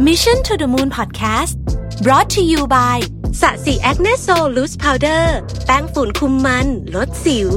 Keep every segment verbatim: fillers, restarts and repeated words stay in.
Mission to the Moon Podcast brought to you by สะสีแอคเนสโซลูสพาวเดอร์แป้งฝุ่นคุมมันลดสิว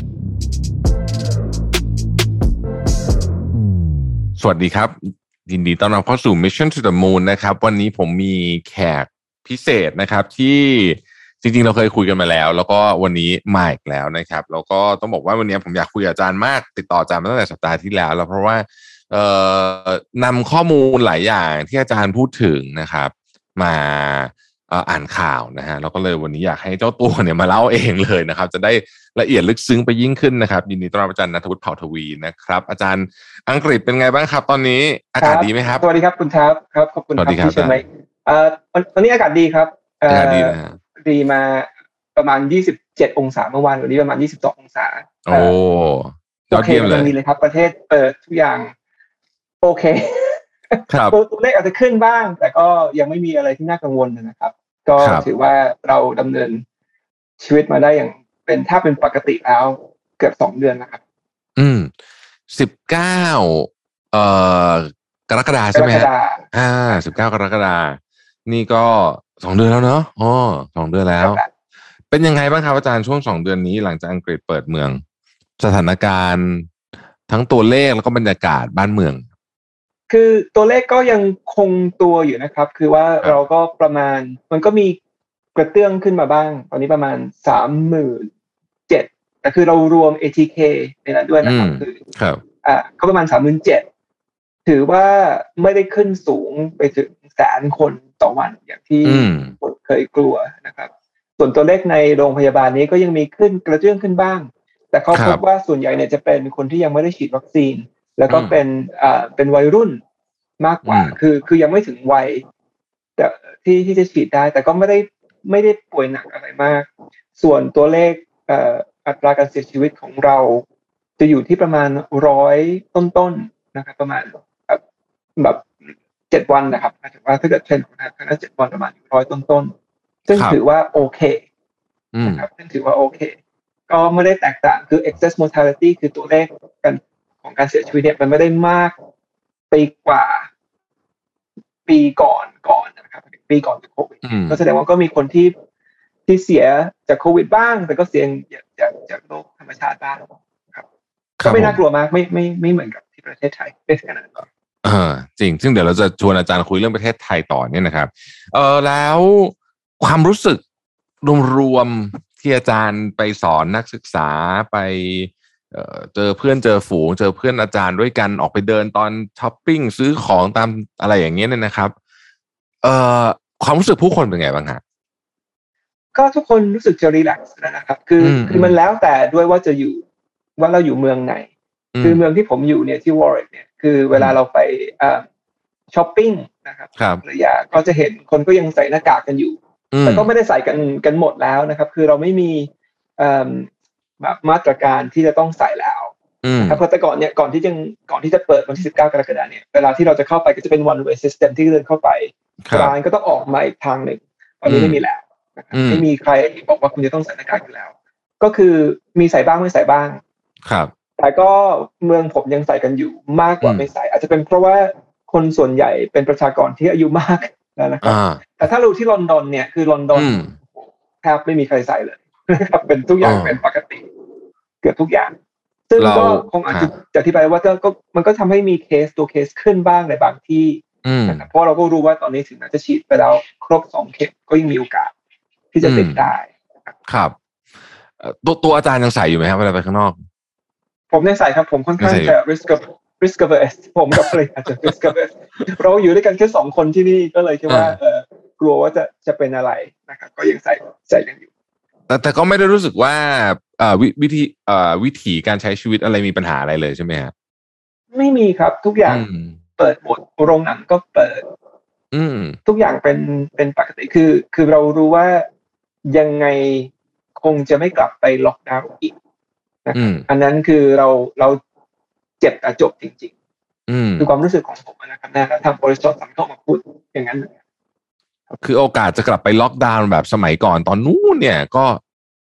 สวัสดีครับยินดีต้อนรับเข้าสู่ Mission to the Moon นะครับวันนี้ผมมีแขกพิเศษนะครับที่จริงๆเราเคยคุยกันมาแล้วแล้วก็วันนี้มาอีกแล้วนะครับแล้วก็ต้องบอกว่าวันนี้ผมอยากคุยกับอาจารย์มากติดต่ออาจารย์มาตั้งแต่สัปดาห์ที่แล้วแล้วเพราะว่าเอ่อนำข้อมูลหลายอย่างที่อาจารย์พูดถึงนะครับมาอ่านข่าวนะฮะแล้วก็เลยวันนี้อยากให้เจ้าตัวเนี่ยมาเล่าเองเลยนะครับจะได้ละเอียดลึกซึ้งไปยิ่งขึ้นนะครับยินดีต้อนรับอาจารย์ณัฐวุฒิเผ่าทวีนะครับอาจารย์อังกฤษเป็นไงบ้างครับตอนนี้อากาศดีไหมครับสวัสดีครับคุณทัพครับขอบคุณครับที่เชิญมาเอ่อตอนนี้อากาศดีครับอากาศดีนะฮะดีมาประมาณยี่สิบเจ็ดองศาเมื่อวานวันนี้ประมาณยี่สิบสององศาโอ้ยอดเยี่ยมเลยดีเลยครับประเทศเปิดทุกอย่างโอเคครับตัวเลขอาจจะขึ้นบ้างแต่ก็ยังไม่มีอะไรที่น่ากังวลนะครับก็ถือว่าเราดำเนินชีวิตมาได้อย่างเป็นถ้าเป็นปกติแล้วเกือบสองเดือนนะครับอืมสิบเก้าเอ่อกรกฎาคมใช่ไหมฮะอ่าสิบเก้ากรกฎาคมนี่ก็สองเดือนแล้วเนาะอ๋อสองเดือนแล้วเป็นยังไงบ้างครับอาจารย์ช่วงสองเดือนนี้หลังจากอังกฤษเปิดเมืองสถานการณ์ทั้งตัวเลขแล้วก็บรรยากาศบ้านเมืองคือตัวเลขก็ยังคงตัวอยู่นะครับคือว่าเราก็ประมาณมันก็มีกระเตื้องขึ้นมาบ้างตอนนี้ประมาณ สามหมื่นเจ็ดพัน แต่คือเรารวม เอ ที เค ในนั้นด้วยนะครับคือครับอ่าก็ประมาณ สามหมื่นเจ็ดพัน ถือว่าไม่ได้ขึ้นสูงไปถึงแสนคนต่อวันอย่างที่เคยกลัวนะครับส่วนตัวเลขในโรงพยาบาลนี้ก็ยังมีขึ้นกระเตื้องขึ้นบ้างแต่เขาพบว่าส่วนใหญ่เนี่ยจะเป็นคนที่ยังไม่ได้ฉีดวัคซีนแล้วก็เป็นอ่าเป็นวัยรุ่นมากกว่าคือคือยังไม่ถึงวัยแต่ที่ที่จะฉีดได้แต่ก็ไม่ได้ไม่ได้ป่วยหนักอะไรมากส่วนตัวเลขเอ่ออัตราการเสียชีวิตของเราจะอยู่ที่ประมาณร้อยต้นๆนะครับประมาณแบบแบบเจ็ดวันนะครับหมายถึงว่าถ้าเกิดเทรนด์ของทางนั้นเจ็ดวันประมาณร้อยต้นๆซึ่งถือว่าโอเคนะครับซึ่งถือว่าโอเคก็ไม่ได้แตกต่างคือ excess mortality คือตัวเลขกันของการเสียชีวิตเนี่ยมันไม่ได้มากไปกว่าปีก่อนก่อนนะครับปีก่อนจากโควิดก็แสดงว่าก็มีคนที่ที่เสียจากโควิดบ้างแต่ก็เสียจากจากโรคธรรมชาติบ้างครับก็ไม่น่ากลัวมากไม่ไม่ไม่เหมือนกับที่ประเทศไทยเป็นขนาดนั้นเออจริงซึ่งเดี๋ยวเราจะชวนอาจารย์คุยเรื่องประเทศไทยต่อเนี่ยนะครับเออแล้วความรู้สึกรวมๆที่อาจารย์ไปสอนนักศึกษาไปเอ่อเจอเพื่อนเจอฝูงเจอเพื่อนอาจารย์ด้วยกันออกไปเดินตอนช้อปปิ้งซื้อของตามอะไรอย่างเงี้ยเนี่ยนะครับเอ่อความรู้สึกผู้คนเป็นไงบ้างฮะก็ทุกคนรู้สึกจะรีแลกซ์นะครับคือคือมันแล้วแต่ด้วยว่าจะอยู่ว่าเราอยู่เมืองไหนคือเมืองที่ผมอยู่เนี่ยที่วอร์เรกเนี่ยคือเวลาเราไปอ่าช้อปปิ้งนะครับระยะก็จะเห็นคนก็ยังใส่หน้ากากกันอยู่แต่ก็ไม่ได้ใส่กันกันหมดแล้วนะครับคือเราไม่มีอ่าแบบมาตรการที่จะต้องใส่แล้วนะครับเพราะแต่ก่อนเนี่ยก่อนที่จะก่อนที่จะเปิดวันที่สิบเก้ากรกฎาคมเนี่ยเวลาที่เราจะเข้าไปก็จะเป็น one way system ที่เดินเข้าไปร้านก็ต้องออกมาอีกทางหนึ่งตอนนี้ไม่มีแล้วไม่มีใครบอกว่าคุณจะต้องใส่หน้ากากอยู่แล้วก็คือมีใส่บ้างไม่ใส่บ้างครับแต่ก็เมืองผมยังใส่กันอยู่มากกว่าไม่ใส่อาจจะเป็นเพราะว่าคนส่วนใหญ่เป็นประชากรที่อายุมากนะครับแต่ถ้าเราที่ลอนดอนเนี่ยคือลอนดอนแทบไม่มีใครใส่เลยนะครับเป็นทุกอย่างเป็นปกติเกือบทุกอย่างซึ่งก็คงอาจจะอธิบายว่าก็มันก็ทำให้มีเคสตัวเคสขึ้นบ้างในบางที่นะครับเพราะเราก็รู้ว่าตอนนี้ถึงแม้จะฉีดไปแล้วครบสองเข็มก็ยังมีโอกาสที่จะติดได้ครับตัวตัวอาจารย์ยังใส่อยู่ไหมครับเวลาไปข้างนอกผมยังใส่ครับผมค่อนข้างจะ risk of risk averse ผมกับภรรยาจะ risk averse เราอยู่ด้วยกันแค่สองคนที่นี่ก็เลยคิดว่าเออกลัวว่าจะจะเป็นอะไรนะครับก็ยังใส่ใส่กันอยู่แต่แต่ก็ไม่ได้รู้สึกว่าเอ่อวิธีเอ่อวิธีการใช้ชีวิตอะไรมีปัญหาอะไรเลยใช่ไหมฮะไม่มีครับทุกอย่างเปิดหมดโรงหนังก็เปิดทุกอย่างเป็นเป็นปกติคือคือเรารู้ว่ายังไงคงจะไม่กลับไปล็อกดาวน์อีกนะครับอันนั้นคือเราเราเจ็บแต่จบจริงๆคือความรู้สึกของผมนะครับนะทางบริษัทสังเข้ามาพูดอย่างนั้นคือโอกาสจะกลับไปล็อกดาวน์แบบสมัยก่อนตอนนู้นเนี่ยก็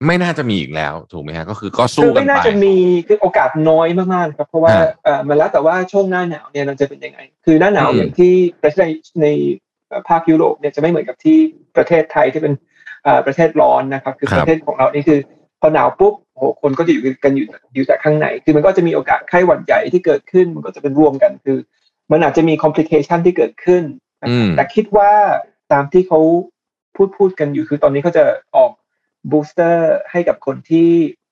ไม่น่าจะมีอีกแล้วถูกไหมฮะก็คือก็สู้กันไปไม่น่าจะมีคือโอกาสน้อยมากๆครับเพราะว่าเอ่อมันแล้วแต่ว่าช่วงหน้าหนาวเนี่ยมันจะเป็นยังไงคือหน้าหนาวอย่างที่ประเทศในภาคยุโรปเนี่ยจะไม่เหมือนกับที่ประเทศไทยที่เป็นประเทศร้อนนะครับคือประเทศของเรานี่คือพอหนาวปุ๊บโอ้โหคนก็จะอยู่กันอยู่อยู่แต่ข้างในคือมันก็จะมีโอกาสไข้หวัดใหญ่ที่เกิดขึ้นมันก็จะเป็นรวมกันคือมันอาจจะมี complication ที่เกิดขึ้นแต่คิดว่าตามที่เขาพูดพูดกันอยู่คือตอนนี้เขาจะออกบูสเตอร์ให้กับคนที่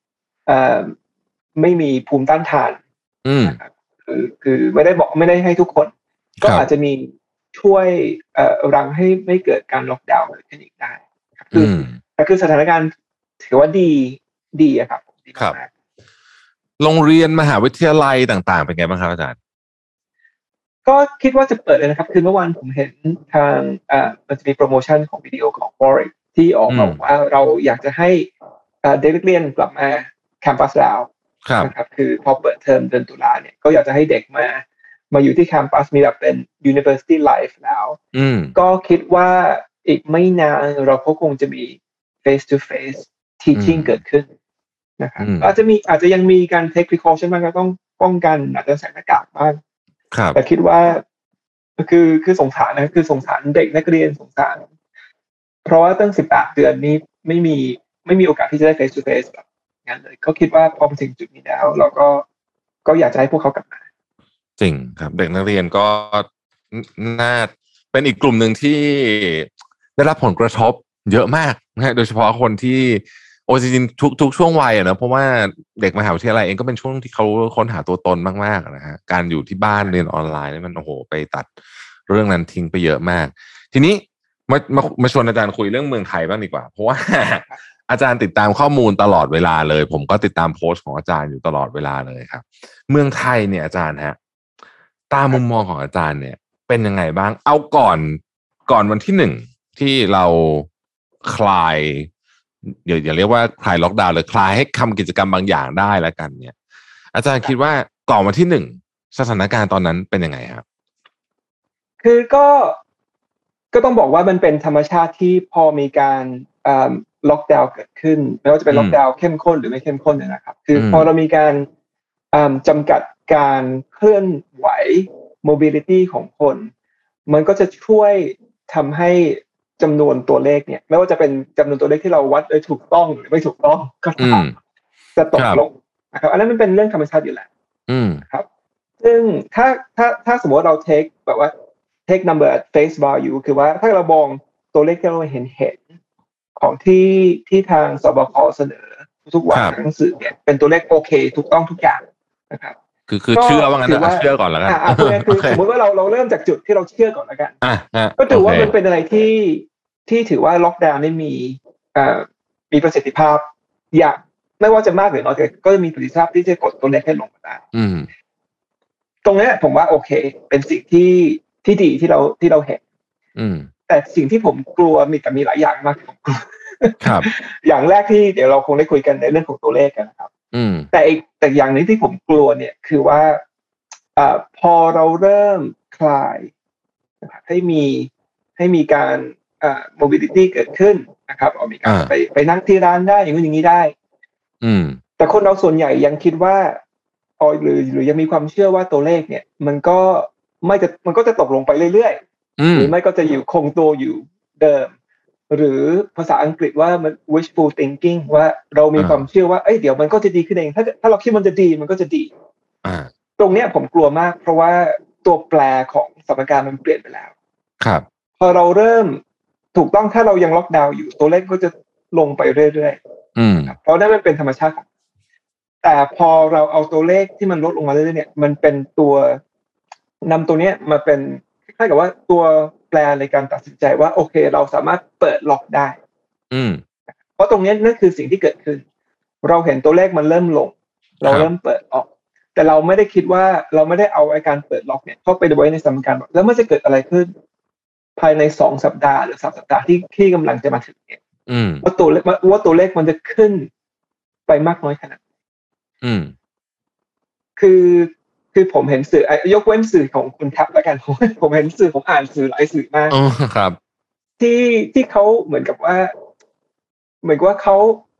ไม่มีภูมิต้านทานนะครับคือคือไม่ได้บอกไม่ได้ให้ทุกคนก็อาจจะมีช่วยรังให้ไม่เกิดการล็อกดาวน์เกิดขึ้นอีกได้คือแต่คือสถานการณ์ถือว่าดีดีอะครับดีมากโรงเรียนมหาวิทยาลัยต่างๆเป็นไงบ้างครับอาจารย์ก็คิดว่าจะเปิดเลยนะครับคือเมื่อวานผมเห็นทางอ่ามันจะมีโปรโมชั่นของวิดีโอของ Warwick ที่ออกมาบอกว่าเราอยากจะให้อ่าเด็กนักเรียนกลับมาแคมปัสแล้วนะครับคือพอเปิดเทอมเดือนตุลาเนี่ยก็อยากจะให้เด็กมามาอยู่ที่แคมปัสมีแบบเป็น University Life แล้วก็คิดว่าอีกไม่นานเราก็คงจะมี face to face teaching เกิดขึ้นนะครับอาจจะมีอาจจะยังมีการ take precaution บ้างก็ต้องป้องกันอาจจะใส่หน้ากากบ้างแต่คิดว่าคือคือสงสารนะคือสงสารเด็กนักเรียนสงสารเพราะว่าตั้งสิบแปดเดือนนี้ไม่มีไม่มีโอกาสที่จะได้ face to face แบบงั้นเลยก็คิดว่าพอมาถึงจุดนี้แล้วเราก็ก็อยากจะให้พวกเขากลับมาจริงครับเด็กนักเรียนก็น่าเป็นอีกกลุ่มหนึ่งที่ได้รับผลกระทบเยอะมากนะโดยเฉพาะคนที่โอ้จริงๆทุกทุกช่วงวัยอะนะเพราะว่าเด็กมหาวิทยาลัยเองก็เป็นช่วงที่เขาค้นหาตัวตนมากๆนะฮะการอยู่ที่บ้านเรียนออนไลน์นี่มันโอ้โหไปตัดเรื่องนั้นทิ้งไปเยอะมากทีนี้มามามาชวนอาจารย์คุยเรื่องเมืองไทยบ้างดีกว่าเพราะว่าอาจารย์ติดตามข้อมูลตลอดเวลาเลยผมก็ติดตามโพสต์ของอาจารย์อยู่ตลอดเวลาเลยครับเมืองไทยเนี่ยอาจารย์ฮะตามมุมมองของอาจารย์เนี่ยเป็นยังไงบ้างเอาก่อนก่อนวันที่หนึ่งที่เราคลายอย่าอย่าเรียกว่าคลายล็อกดาวน์เลยคลายให้ทำกิจกรรมบางอย่างได้แล้วกันเนี่ยอาจารย์คิดว่าก่อนวันที่หนึ่งสถานการณ์ตอนนั้นเป็นยังไงครับคือก็ก็ต้องบอกว่ามันเป็นธรรมชาติที่พอมีการล็อกดาวน์เกิดขึ้นไม่ว่าจะเป็นล็อกดาวน์เข้มข้นหรือไม่เข้มข้นนะครับคือพอเรามีการจำกัดการเคลื่อนไหว mobility ของคนมันก็จะช่วยทำให้จำนวนตัวเลขเนี่ยไม่ว่าจะเป็นจำนวนตัวเลขที่เราวัดโดยถูกต้องหรือไม่ถูกต้องก็ตามจะตกลงนะครับอันนั้นมันเป็นเรื่องธรรมชาติอยู่แล้วครับซึ่งถ้าถ้าถ้าสมมติว่าเรา take แบบว่า take number at face value คือว่าถ้าเรามองตัวเลขที่เราเห็นเห็นของที่ที่ทางสบคเสนอทุกวันหนังสือเนี่ยเป็นตัวเลขโอเคถูกต้องทุกอย่างนะครับคือคือเชื่อว่างั้นนะเชื่อก่อนแล้วกันคือสมมติว่าเราเราเริ่มจากจุดที่เราเชื่อก่อนแล้วกันก็ถือว่ามันเป็นอะไรที่ที่ถือว่าล็อกดาวน์ได้มีอ่ามีประสิทธิภาพอย่างไม่ว่าจะมากหรือน้อยก็จะมีประสิทธิภาพที่จะกดตัวเลขให้ลงมาได้ตรงนี้ผมว่าโอเคเป็นสิ่งที่ที่ดีที่เราที่เราเห็นแต่สิ่งที่ผมกลัวมีแต่มีหลายอย่างมากที่ผมกลัวครับอย่างแรกที่เดี๋ยวเราคงได้คุยกันในเรื่องของตัวเลขกันนะครับแต่อีกแต่อย่างนึงที่ผมกลัวเนี่ยคือว่าอ่าพอเราเริ่มคลายให้มีให้มีการอ่า mobility เกิดขึ้นนะครับเอามีการไปไปนั่งที่ร้านได้อย่างนี้อย่างนี้ได้แต่คนเราส่วนใหญ่ยังคิดว่าอ๋อหรือหรือยังมีความเชื่อว่าตัวเลขเนี่ยมันก็ไม่จะมันก็จะตกลงไปเรื่อยๆหรือไม่ก็จะอยู่คงตัวอยู่เดิมหรือภาษาอังกฤษว่ามัน wishful thinking ว่าเรามีความเชื่อว่าเอ้ยเดี๋ยวมันก็จะดีขึ้นเองถ้าถ้าเราคิดมันจะดีมันก็จะดีตรงเนี้ยผมกลัวมากเพราะว่าตัวแปรของสถานการณ์มันเปลี่ยนไปแล้วครับพอเราเริ่มถูกต้องถ้าเรายังล็อกดาวน์อยู่ตัวเลขก็จะลงไปเรื่อยๆเพราะนั่นมันเป็นธรรมชาติของแต่พอเราเอาตัวเลขที่มันลดลงมาเรื่อยๆเนี่ยมันเป็นตัวนำตัวเนี้ยมาเป็นคล้ายๆกับว่าตัวแปรในการตัดสินใจว่าโอเคเราสามารถเปิดล็อกได้เพราะตรงนี้นั่นคือสิ่งที่เกิดขึ้นเราเห็นตัวเลขมันเริ่มลงเราเริ่มเปิดออกแต่เราไม่ได้คิดว่าเราไม่ได้เอาไอ้การเปิดล็อกเนี่ยเข้าไปไว้ในสมการแล้วมันจะเกิดอะไรขึ้นภายในสองสัปดาห์หรือสามสัปดาห์ที่ที่กำลังจะมาถึงเนี่ยว่าตัวเลขว่าตัวเลขมันจะขึ้นไปมากน้อยขนาดอืมคือคือผมเห็นสื่อยกเว้นสื่อของคุณทัพแล้วกันผมผมเห็นสื่อผมอ่านสื่อหลายสื่อมากอ๋อครับที่ที่เขาเหมือนกับว่าเหมือนกับว่าเขา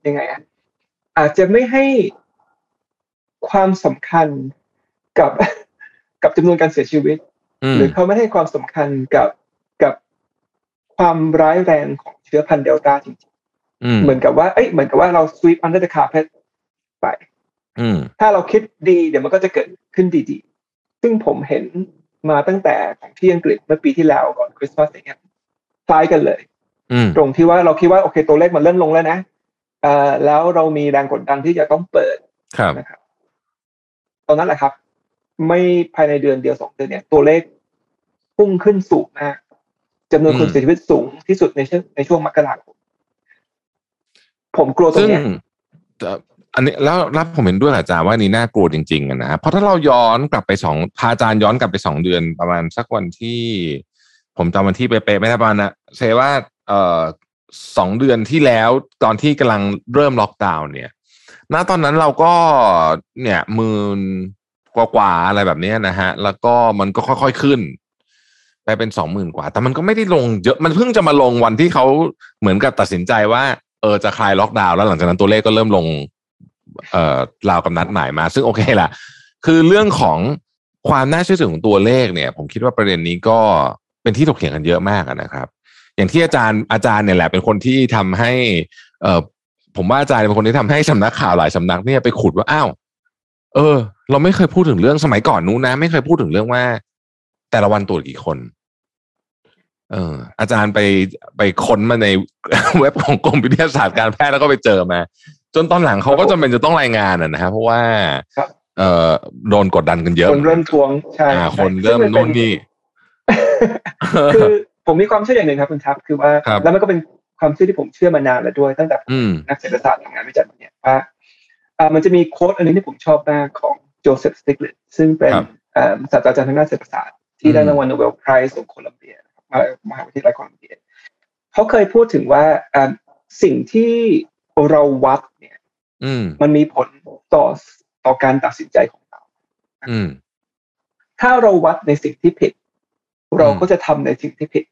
ยังไงอ่ะอาจจะไม่ให้ความสำคัญกับกับจำนวนการเสียชีวิตหรือเขาไม่ให้ความสำคัญกับกับความร้ายแรงของเชื้อพันธุ์เดลต้าจริงๆเหมือนกับว่าเอ้ยเหมือนกับว่าเรา sweep under the carpet ไปถ้าเราคิดดีเดี๋ยวมันก็จะเกิดขึ้นดีๆซึ่งผมเห็นมาตั้งแต่ของที่อังกฤษเมื่อปีที่แล้วก่อนคริสต์มาสอย่างเงี้ยคล้ายกันเลยตรงที่ว่าเราคิดว่าโอเคตัวเลขมันเริ่มลงแล้วนะเอ่อแล้วเรามีแรงกดดันที่จะต้องเปิดนะครับตอนนั้นแหละครับไม่ภายในเดือนเดียวสองเดือนเนี่ยตัวเลขพุ่งขึ้นสูงมากจำนวนคนเสียชีวิตสูงที่สุดในช่วงในช่วงมกราคมผมกลัวตรงนี้อันนี้แล้วรับผมเห็นด้วยอาจารย์ว่านี่น่ากลัวจริงๆนะเพราะถ้าเราย้อนกลับไปสองพาอาจารย์ย้อนกลับไปสองเดือนประมาณสักวันที่ผมจำวันที่เป๊ะๆไม่ได้ประมาณนะเซว่าเอ่อสองเดือนที่แล้วตอนที่กำลังเริ่มล็อกดาวน์เนี่ยณตอนนั้นเราก็เนี่ยหมื่นกว่าๆอะไรแบบนี้นะฮะแล้วก็มันก็ค่อยๆขึ้นไปเป็นสองหมื่นกว่าแต่มันก็ไม่ได้ลงเยอะมันเพิ่งจะมาลงวันที่เขาเหมือนกับตัดสินใจว่าเออจะคลายล็อกดาวน์แล้วหลังจากนั้นตัวเลขก็เริ่มลงเอ่อราวกับนัดหมายมาซึ่งโอเคล่ะคือเรื่องของความน่าเชื่อถือของตัวเลขเนี่ยผมคิดว่าประเด็นนี้ก็เป็นที่ถกเถียงกันเยอะมากนะครับอย่างที่อาจารย์อาจารย์เนี่ยแหละเป็นคนที่ทำให้เอ่อผมว่าอาจารย์เป็นคนที่ทำให้สำนักข่าวหลายสำนักเนี่ยไปขุดว่าอ้าวเออเราไม่เคยพูดถึงเรื่องสมัยก่อนนู้นนะไม่เคยพูดถึงเรื่องว่าแต่ละวันตรวจกี่คนเอออาจารย์ไปไปค้นมาในเว็บของกรมวิทยาศาสตร์การแพทย์แล้วก็ไปเจอมาจนตอนหลังเขาก็จำเป็นจะต้องรายงานนะฮะเพราะว่าเอ่อโดนกดดันกันเยอะคนเริ่มทวงใช่คนเริ่มโน่นนี่คือผมมีความเชื่ออย่างหนึ่งครับคุณทัพคือว่าแล้วมันก็เป็นความเชื่อที่ผมเชื่อมานานแล้วด้วยตั้งแต่นักเศรษฐศาสตร์ทำงานวิจัยเนี่ยว่าอ่ามันจะมีโค้ดอันนี้ที่ผมชอบมากของโจเซฟสติกเลตซึ่งเป็นอ่าศาสตราจารย์ทางด้านเศรษฐศาสตร์ที่ได้รางวัลโนเบลไพรส์ของโคลัมเบียมหาวิทยาลัยโคลัมเบียเขาเคยพูดถึงว่าอ่าสิ่งที่เราวัดเนี่ยมันมีผลต่อต่อการตัดสินใจของเราถ้าเราวัดในสิ่งที่ผิดเราก็จะทำในสิ่งที่ผิด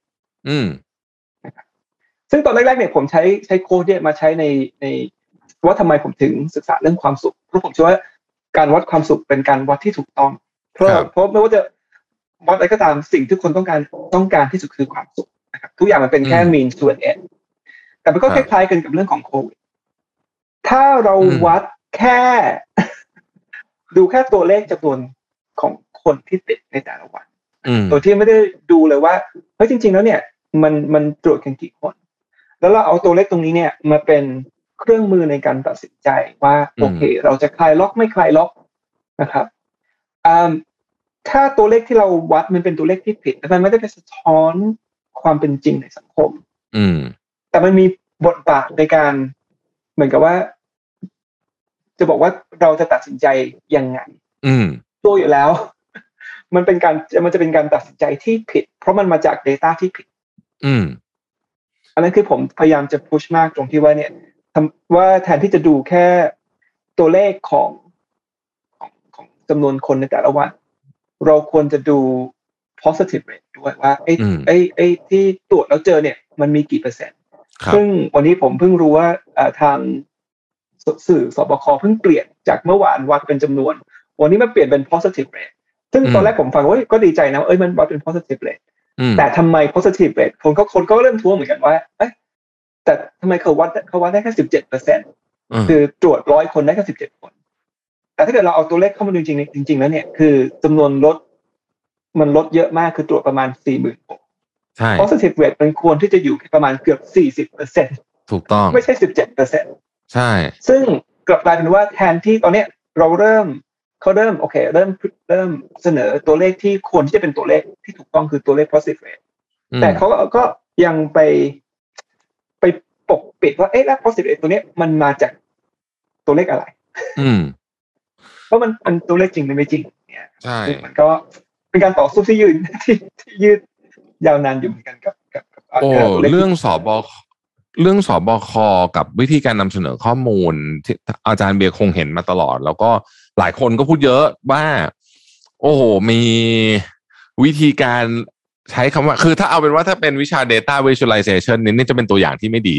ซึ่งตอนแรกๆเนี่ยผมใช้ใช้โค้ดเนี่ยมาใช้ในในว่าทำไมผมถึงศึกษาเรื่องความสุขเพราะผมเชื่อว่าการวัดความสุขเป็นการวัดที่ถูกต้องเพราะเพราะไม่ว่าจะวัดอะไรก็ตามสิ่งที่คนต้องการต้องการที่สุดคือความสุขนะครับทุกอย่างมันเป็นแค่ means to an end แต่มันก็คล้ายๆกันกับเรื่องของโควิดถ้าเราวัดแค่ ดูแค่ตัวเลขจำนวนของคนที่ติดในแต่ละวันโดยที่ไม่ได้ดูเลยว่าเฮ้ยจริงๆแล้วเนี่ยมันมันตรวจกันกี่คนแล้วเราเอาตัวเลขตรงนี้เนี่ยมาเป็นเครื่องมือในการตัดสินใจว่าโอเคเราจะคลายล็อกไม่คลายล็อกนะครับถ้าตัวเลขที่เราวัดมันเป็นตัวเลขที่ผิดมันไม่ได้ไปสะท้อนความเป็นจริงในสังคมแต่มันมีบทบาทในการเหมือนกับว่าจะบอกว่าเราจะตัดสินใจยังไงตัวอยู่แล้วมันเป็นการมันจะเป็นการตัดสินใจที่ผิดเพราะมันมาจาก data ที่ผิดอันนั้นคือผมพยายามจะพุชมากตรงที่ว่าเนี่ยว่าแทนที่จะดูแค่ตัวเลขของของของจำนวนคนในแต่ละวันเราควรจะดู positive rate ด้วยว่าไอ้ไอ้ไอ้ที่ตรวจแล้วเจอเนี่ยมันมีกี่เปอร์เซ็นต์ซึ่งวันนี้ผมเพิ่งรู้ว่าทางสื่อสบคเพิ่งเปลี่ยนจากเมื่อวานวัดเป็นจำนวนวันนี้มันเปลี่ยนเป็น positive rate ซึ่งตอนแรกผมฟังว่าก็ดีใจนะเอ้ยมันวัดเป็น positive rate แต่ทำไม positive rate คนก็คนก็เริ่มท้วงเหมือนกันว่าเอ๊ะแต่ทำไมเขาวัดเขาวัดได้แค่ สิบเจ็ดเปอร์เซ็นต์ คือตรวจร้อยคนได้แค่สิบเจ็ดคนแต่ถ้าเกิดเราเอาตัวเลขเข้ามาดูจริงๆจริงๆแล้วเนี่ยคือจำนวนลดมันลดเยอะมากคือตรวจประมาณ สี่หมื่นหกพัน ใช่ positive rate มันควรที่จะอยู่ประมาณเกือบ สี่สิบเปอร์เซ็นต์ถูกต้องไม่ใช่ สิบเจ็ดเปอร์เซ็นต์ใช่ซึ่งกลับกลายเป็นว่าแทนที่ตอนเนี้ยเราเริ่มเขาเริ่มโอเคเริ่มเริ่มเสนอตัวเลขที่ควรที่จะเป็นตัวเลขที่ถูกต้องคือตัวเลข positive rate แต่เขาก็ยังไปไปปกปิดว่าเอ๊ะแล้ว positive rate ตัวเนี้ยมันมาจากตัวเลขอะไรอืมเพราะมันมันตัวเลขจริงหรือไม่จริงเนี่ยใช่มันก็เป็นการต่อสู้ที่ยืนที่ที่ยืดยาวนานอยู่เหมือนกันกับกับโอ้เรื่องสบเรื่องสบคกับวิธีการนำเสนอข้อมูลที่อาจารย์เบียร์คงเห็นมาตลอดแล้วก็หลายคนก็พูดเยอะว่าโอ้โหมีวิธีการใช้คำว่าคือถ้าเอาเป็นว่าถ้าเป็นวิชา data visualization นี่นี่จะเป็นตัวอย่างที่ไม่ดี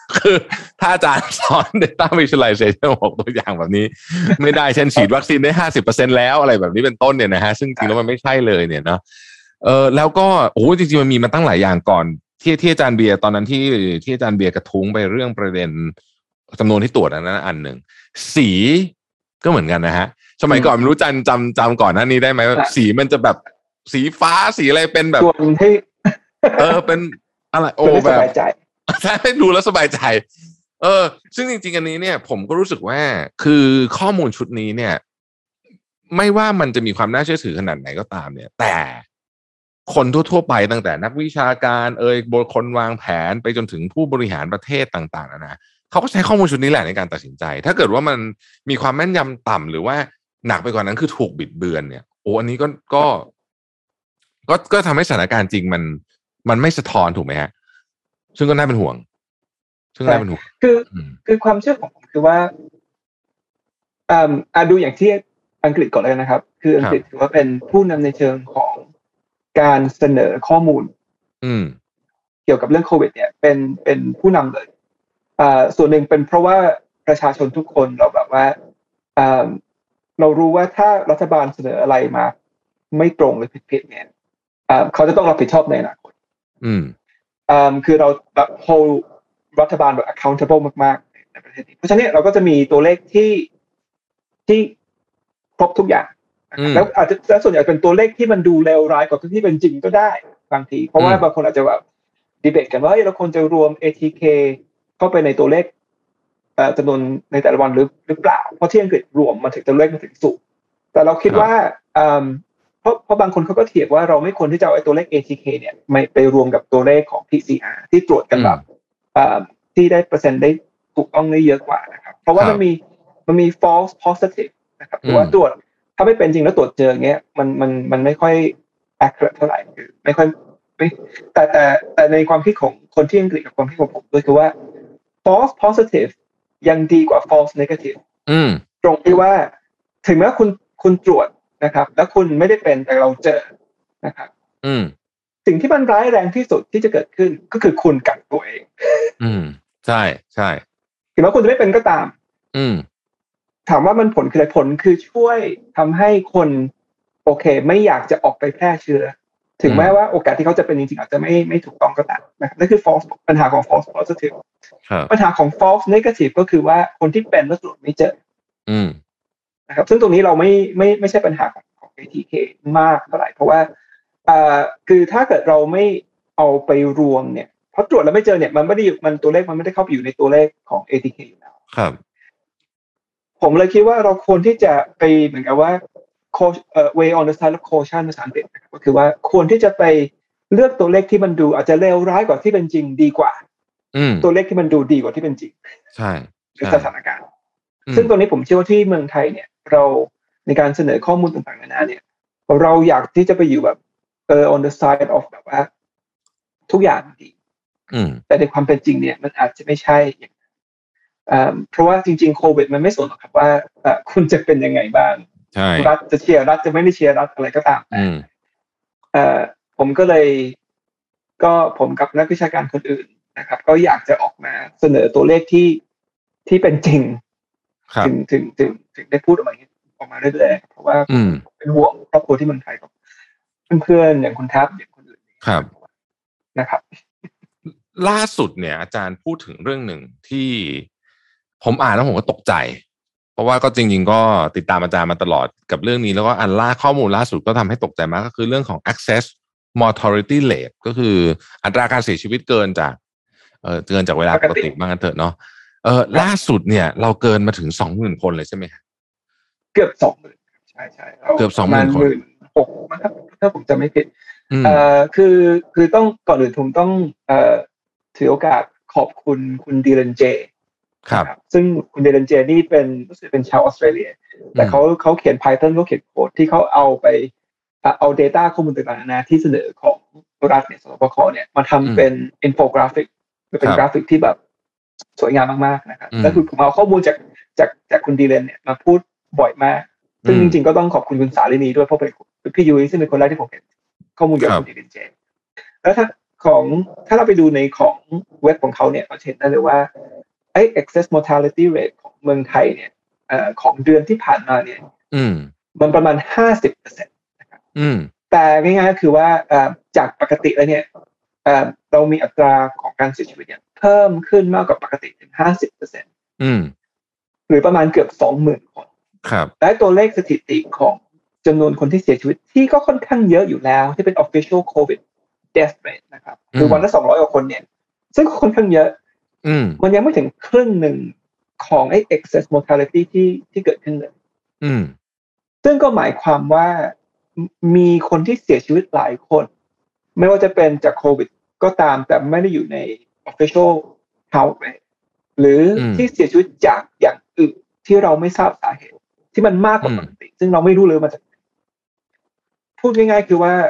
คือถ้าอาจารย์สอน data visualization บอกตัวอย่างแบบนี้ไม่ได้เช่นฉีดวัคซีนได้ ห้าสิบเปอร์เซ็นต์ แล้วอะไรแบบนี้เป็นต้นเนี่ยนะฮะซึ่งจริงแล้วมันไม่ใช่เลยเนี่ยเนาะเออแล้วก็โอ้จริงๆมันมีมาตั้งหลายอย่างก่อนที่ที่อาจารย์เบียร์ตอนนั้นที่ที่อาจารย์เบียร์กระทุ้งไปเรื่องประเด็นจำนวนที่ตรวจอันนั้นอันหนึ่งสีก็เหมือนกันนะฮะสมัยก่อนไม่รู้จันจำจำก่อนหน้านี้ได้ไหมสีมันจะแบบสีฟ้าสีอะไรเป็นแบบให้เออเป็นอะไรโอ้แบบใช่ดูแล้วสบายใจเออซึ่งจริงๆอันนี้เนี่ยผมก็รู้สึกว่าคือข้อมูลชุดนี้เนี่ยไม่ว่ามันจะมีความน่าเชื่อถือขนาดไหนก็ตามเนี่ยแต่คนทั่วๆไปตั้งแต่นักวิชาการเอ่ยบริคนวางแผนไปจนถึงผู้บริหารประเทศต่างๆนะเขาก็ใช้ข้อมูลชุดนี้แหละในการตัดสินใจถ้าเกิดว่ามันมีความแม่นยำต่ำหรือว่าหนักไปกว่านั้นคือถูกบิดเบือนเนี่ยโอ้อันนี้ก็ก็ก็ก็ทำให้สถานการณ์จริงมันมันไม่สะท้อนถูกไหมฮะซึ่งก็น่าเป็นห่วงซึ่งน่าเป็นห่วงคือคือความเชื่อของผมคือว่าอ่าอ่าดูอย่างที่อังกฤษก่อนเลยนะครับคืออังกฤษถือว่าเป็นผู้นำในเชิงของการเสนอข้อมูลเกี่ยวกับเรื่องโควิดเนี่ยเป็นเป็นผู้นำเลยอ่าส่วนหนึ่งเป็นเพราะว่าประชาชนทุกคนเราแบบว่าอ่าเรารู้ว่าถ้ารัฐบาลเสนออะไรมาไม่ตรงหรือผิดๆเนี่ยอ่าเขาจะต้องรับผิดชอบในอนาคตอืมอ่าคือเราแบบ hold รัฐบาลแบบ accountable มากๆในประเทศนี้เพราะฉะนั้นเราก็จะมีตัวเลขที่ที่ครบทุกอย่างแล้วอาจจะแล้วส่วนใหญ่เป็นตัวเลขที่มันดูเลวร้ายกว่าที่เป็นจริงก็ได้บางทีเพราะว่าบางคนอาจจะแบบดีเบตกันว่าเราควรจะรวม เอ ที เค เข้าไปในตัวเลขเอ่อจำนวนในแต่ละวันหรือหรือเปล่าเพราะที่อังกฤษรวมมันถึงตัวเลขมันถึงสูงแต่เราคิดว่าอ่าเพราะเพราะบางคนเขาก็เถียงว่าเราไม่ควรที่จะเอาไอ้ตัวเลข เอ ที เค เนี่ยไม่ไปรวมกับตัวเลขของ พี ซี อาร์ ที่ตรวจกันแบบอ่าที่ได้เปอร์เซ็นต์ได้ถูกต้องได้เยอะกว่านะครับเพราะว่ามันมีมันมี false positive นะครับหรือว่าตรวจถ้าไม่เป็นจริงแล้วตรวจเจออย่างเงี้ยมันมันมันไม่ค่อย accurate เท่าไหร่คือไม่ค่อยไม่แต่แต่แต่ในความคิดของคนที่อังกฤษกับความคิดของผมด้วยคือว่า false positive ยังดีกว่า false negative อืมตรงที่ว่าถึงแม้คุณคุณตรวจนะครับแล้วคุณไม่ได้เป็นแต่เราเจอนะครับอืมสิ่งที่มันร้ายแรงที่สุดที่จะเกิดขึ้นก็คือคุณกักตัวเองอืมใช่ใช่ถึงแม้คุณจะไม่เป็นก็ตามอืมถามว่ามันผลคืออะไรผลคือช่วยทำให้คนโอเคไม่อยากจะออกไปแพร่เชื้อถึงแม้ว่าโอกาสที่เขาจะเป็นจริงๆอาจจะไม่ไม่ถูกต้องก็ตามนะครับนั่นคือ false ปัญหาของ false positive ปัญหาของ false negative ก็คือว่าคนที่เป็นแล้วตรวจไม่เจออืมนะครับซึ่งตรงนี้เราไม่ไม่ไม่ใช่ปัญหาของของ เอ ที เค มากเท่าไหร่เพราะว่าอ่าคือถ้าเกิดเราไม่เอาไปรวมเนี่ยเพราะตรวจแล้วไม่เจอเนี่ยมันไม่ได้มันตัวเลขมันไม่ได้เข้าไปอยู่ในตัวเลขของ เอ ที เค อยู่แล้วครับผมเลยคิดว่าเราควรที่จะไปเหมือนกับว่าเอ่อ way on the side of caution ภาษาอังกฤษก็คือว่าควรที่จะไปเลือกตัวเลขที่มันดูอาจจะเลวร้ายกว่าที่เป็นจริงดีกว่าตัวเลขที่มันดูดีกว่าที่เป็นจริงใช่ในสถานการณ์ซึ่งตรงนี้ผมเชื่อว่าที่เมืองไทยเนี่ยเราในการเสนอข้อมูลต่างๆนานาเนี่ยเราอยากที่จะไปอยู่แบบเออ on the side of แบบว่าทุกอย่างดีแต่ในความเป็นจริงเนี่ยมันอาจจะไม่ใช่เพราะว่าจริงๆโควิดมันไม่สนหรอกครับว่าคุณจะเป็นยังไงบ้างรัฐจะเชียร์รัฐจะไม่ได้เชียร์รัฐอะไรก็ตามแต่ผมก็เลยก็ผมกับนักวิชาการคนอื่นนะครับก็อยากจะออกมาเสนอตัวเลขที่ที่เป็นจริงถึงถึงถึงถึงได้พูดออกมาออกมาเรื่อยๆเพราะว่าเป็นห่วงครอบครัวที่เมืองไทยกับเพื่อนๆอย่างคุณทัพอย่างคนอื่นครับนะครับล่าสุดเนี่ยอาจารย์พูดถึงเรื่องหนึ่งที่ผมอ่านแล้วผมก็ตกใจเพราะว่าก็จริงๆก็ติดตามอาจารย์มาตลอดกับเรื่องนี้แล้วก็อันล่าข้อมูลล่าสุดก็ทำให้ตกใจมากก็คือเรื่องของ access mortality rate ก็คืออัตราการเสียชีวิตเกินจากเอ่อเกินจากเวลาปกติบ้างกันเถอะเนาะเออล่าสุดเนี่ยเราเกินมาถึง สองหมื่น คนเลยใช่ไหมครับเกือบ สองหมื่น ใช่ๆเกือบ สองหมื่น คนหกพัน นะครับถ้าผมจำไม่ผิดเอ่อคือคือต้องก่อนอื่นผมต้องเอ่อถือโอกาสขอบคุณคุณดีเลนเจครับซึ่งคุณเดลันเจนี่เป็นรู้สึกเป็นชาวออสเตรเลียแต่เขาเขาเขียน Python เขาเขียนโค้ดที่เขาเอาไปเอา data ข้อมูลต่างๆนะที่เสนอของรัฐเนี่ยสบคเนี่ยมาทำเป็นอินโฟกราฟิกเป็นกราฟิกที่แบบสวยงามมากๆนะครับแล้วคือผมเอาข้อมูลจากจากจากคุณดีเลนเนี่ยมาพูดบ่อยมากซึ่งจริงๆก็ต้องขอบคุณคุณสาลินีด้วยเพราะเป็นพี่ยุ้ยซึ่งเป็นคนแรกที่ผมเห็นข้อมูลเกี่ยวกับคุณดีเลนเจแล้วถ้าของถ้าเราไปดูในของเว็บของเขาเนี่ยเราเห็นได้เลยว่าไอ้ excess mortality rate ของเมืองไทยเนี่ยเอ่อของเดือนที่ผ่านมาเนี่ยอืมมันประมาณ ห้าสิบเปอร์เซ็นต์ นะครับอืมแต่ง่ายๆก็คือว่าเอ่อจากปกติแล้วเนี่ยเอ่อเรามีอัตราของการเสียชีวิตเนี่ยเพิ่มขึ้นมากกว่าปกติถึง ห้าสิบเปอร์เซ็นต์อืมหรือประมาณเกือบ สองหมื่น คนครับและตัวเลขสถิติของจำนวนคนที่เสียชีวิตที่ก็ค่อนข้างเยอะอยู่แล้วที่เป็น official covid death rate นะครับคือวันละสองร้อยกว่าคนเนี่ยซึ่งก็ค่อนข้างเยอะมันยังไม่ถึงครึ่งหนึ่งของไอ้ excess mortality ที่ที่เกิดขึ้นเลยซึ่งก็หมายความว่ามีคนที่เสียชีวิตหลายคนไม่ว่าจะเป็นจากโควิดก็ตามแต่ไม่ได้อยู่ใน official count rate หรือที่เสียชีวิตจากอย่างอื่นที่เราไม่ทราบสาเหตุที่มันมากกว่าปกติซึ่งเราไม่รู้เลยมาจากไหนพูดง่ายๆคือว่า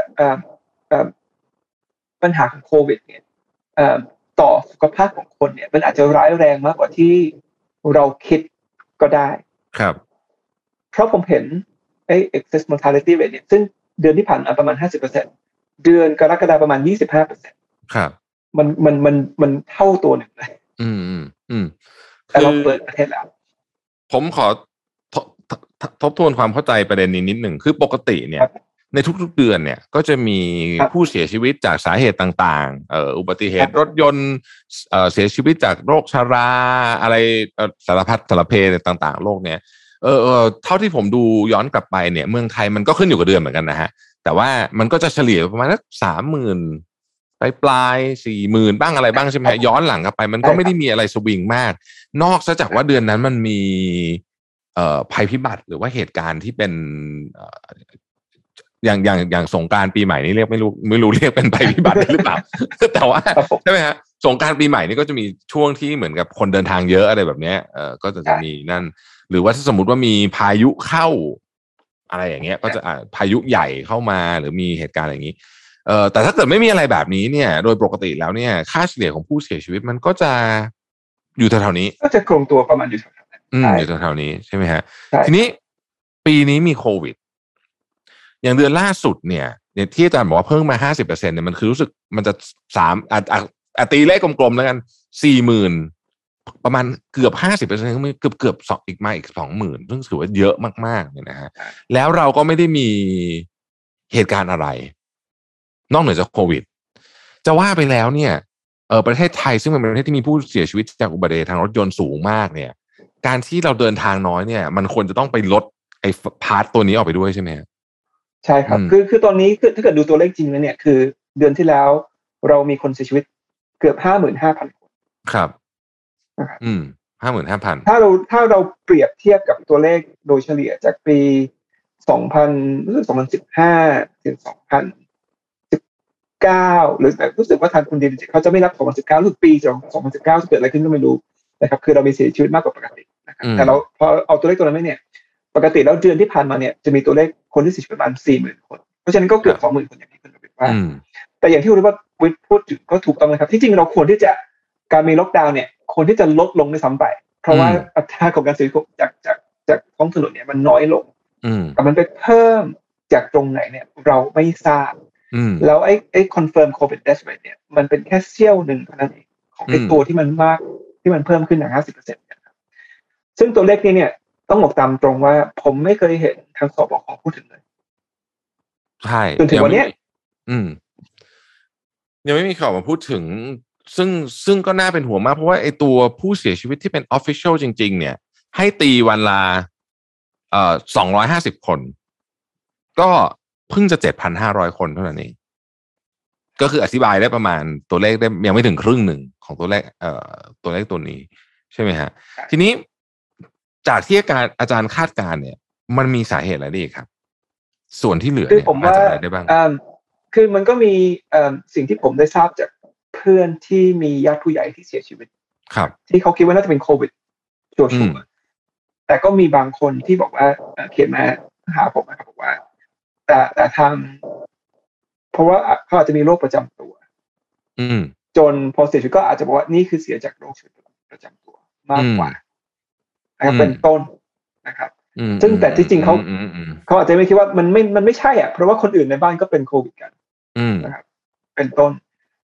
ปัญหาของโควิดเนี่ยต่อสุขภาพของคนเนี่ยมันอาจจะร้ายแรงมากกว่าที่เราคิดก็ได้ครับเพราะผมเห็นไอ้ excess mortality rate เนี่ยซึ่งเดือนที่ผ่านมาประมาณ ห้าสิบเปอร์เซ็นต์ เดือนกรกฎาคมประมาณ ยี่สิบห้าเปอร์เซ็นต์ครับมันมันมันมันเท่าตัวหนึ่งเลยอืมอืมอืมแต่เราเปิดประเทศแล้วผมขอทบทวนความเข้าใจประเด็นนี้นิดหนึ่งคือปกติเนี่ยในทุกๆเดือนเนี่ยก็จะมีผู้เสียชีวิตจากสาเหตุต่างๆเอ่ออุบัติเหตุรถยนต์เอ่อเสียชีวิตจากโรคชราอะไรสารพัดสารเพต่างๆโรคเนี้ยเออเออเท่าที่ผมดูย้อนกลับไปเนี่ยเมืองไทยมันก็ขึ้นอยู่กับเดือนเหมือนกันนะฮะแต่ว่ามันก็จะเฉลี่ยประมาณสักสามหมื่นปลายปลายสี่หมื่นบ้างอะไรบ้างใช่ไหมย้อนหลังกลับไปมันก็ไม่ได้มีอะไรสวิงมากนอกจากว่าเดือนนั้นมันมีเอ่อภัยพิบัติหรือว่าเหตุการณ์ที่เป็นเอ่ออย่างอย่างอย่างสงกรานต์ปีใหม่นี่เรียกไม่รู้ไม่รู้เรียกเป็นภัยพิบัติหรือเปล่าแต่ว่าใช่ไหมฮะสงกรานต์ปีใหม่นี่ก็จะมีช่วงที่เหมือนกับคนเดินทางเยอะอะไรแบบนี้เอ่อก็จะจะมีนั่นหรือว่าถ้าสมมติว่ามีพายุเข้าอะไรอย่างเงี้ยก็จะอ่าพายุใหญ่เข้ามาหรือมีเหตุการณ์อย่างนี้เอ่อแต่ถ้าเกิดไม่มีอะไรแบบนี้เนี่ยโดยปกติแล้วเนี่ยค่าเฉลี่ยของผู้เสียชีวิตมันก็จะอยู่แถวๆนี้ก็จะคงตัวประมาณอยู่แถวๆนั้นอืมอยู่แถวๆนี้ใช่ไหมฮะทีนี้ปีนี้มีโควิดอย่างเดือนล่าสุดเนี่ยเนี่ยที่อาจารย์บอกว่าเพิ่มมา ห้าสิบเปอร์เซ็นต์ เนี่ยมันคือรู้สึกมันจะสามอ่ะอ่ะตีเลขกลมๆแล้วกัน สี่หมื่น ประมาณเกือบ ห้าสิบเปอร์เซ็นต์ เกือบเกือบสองอีกมาอีก สองหมื่น ซึ่งถือว่าเยอะมากๆเนี่ยนะฮะแล้วเราก็ไม่ได้มีเหตุการณ์อะไรนอกเหนือจากโควิดจะว่าไปแล้วเนี่ยเออประเทศไทยซึ่งเป็นประเทศที่มีผู้เสียชีวิตจากอุบัติเหตุทางรถยนต์สูงมากเนี่ยการที่เราเดินทางน้อยเนี่ยมันควรจะต้องไปลดไอ้พาร์ทตัวนี้ออกไปด้วยใช่ไหมใช่ครับคือคือตอนนี้คือถ้าเกิดดูตัวเลขจริงแล้วเนี่ยคือเดือนที่แล้วเรามีคนเสียชีวิตเกือบ ห้าหมื่นห้าพัน คนครับอืม ห้าหมื่นห้าพันถ้าเราถ้าเราเปรียบเทียบกับตัวเลขโดยเฉลี่ยจากปีสองพันรู้สึกสองพันสิบห้าถึงสองพันสิบเก้าหรือแต่รู้สึกว่าทางคุณดีนเขาจะไม่รับสองพันสิบเก้าทุกปีสองพันสิบเก้าจะเกิดอะไรขึ้นก็ไม่รู้นะครับคือเรามีเสียชีวิตมากกว่าปกตินะครับแต่เราพอเอาตัวเลขตัวนั้นไม่เนี่ยปกติแล้วเดือนที่ผ่านมาเนี่ยจะมีตัวเลขคนที่เสียชีวิตประมาณ สี่หมื่น คนเพราะฉะนั้นก็เกือบ สองหมื่น คนอย่างที่คุณบอกว่าแต่อย่างที่คุณว่าวิทย์พูดถึงก็ถูกต้องนะครับที่จริงเราควรที่จะการมีล็อกดาวน์เนี่ยควรที่จะลดลงด้วยซ้ำไปเพราะว่าอัตราของการเสียชีวิตจากจากจากท้องถนนเนี่ยมันน้อยลงแต่มันไปเพิ่มจากตรงไหนเนี่ยเราไม่ทราบแล้วไอ้ไอ้ confirm covid death rate เนี่ยมันเป็นแค่เสี้ยวหนึ่งเท่านั้นเองของไอ้ตัวที่มันมากที่มันเพิ่มขึ้นอย่าง ห้าสิบเปอร์เซ็นต์ นะครับซึ่งตัวเลขนี้เนี่ยต้องบอกตามตรงว่าผมไม่เคยเห็นทางสบคพูดถึงเลยใช่จนถึงวันนี้อืมยังไม่มีข่าวมาพูดถึงซึ่งซึ่งก็น่าเป็นห่วงมากเพราะว่าไอ้ตัวผู้เสียชีวิตที่เป็น official จริงๆเนี่ยให้ตีวันละเอ่อสองร้อยห้าสิบคนก็เพิ่งจะ เจ็ดพันห้าร้อย คนเท่านั้นเองก็คืออธิบายได้ประมาณตัวเลขได้ยังไม่ถึงครึ่งหนึ่งของตัวเลขเอ่อตัวเลขตัวนี้ใช่ไหมฮะทีนี้จากที่อาจารย์อาจารย์คาดการณ์เนี่ยมันมีสาเหตุอะไรได้อีกครับส่วนที่เหลือเนี่ยอาจจะอะไรได้บ้างคือมันก็มีสิ่งที่ผมได้ทราบจากเพื่อนที่มีญาติผู้ใหญ่ที่เสียชีวิตครับที่เขาคิดว่าน่าจะเป็นโควิดชัวร์ๆแต่ก็มีบางคนที่บอกว่าเขียนมาหาผมนะครับบอกว่าแต่แต่ทางเพราะว่าเขาอาจจะมีโรคประจำตัวจนพอเสียชีวิตก็อาจจะบอกว่านี่คือเสียจากโรคประจำตัวมากกว่านะครับเป็นต้นนะครับซึ่งแต่ที่จริงเขาเขาอาจจะไม่คิดว่ามันไม่มันไม่ใช่อ่ะเพราะว่าคนอื่นในบ้านก็เป็นโควิดกันนะครับเป็นต้น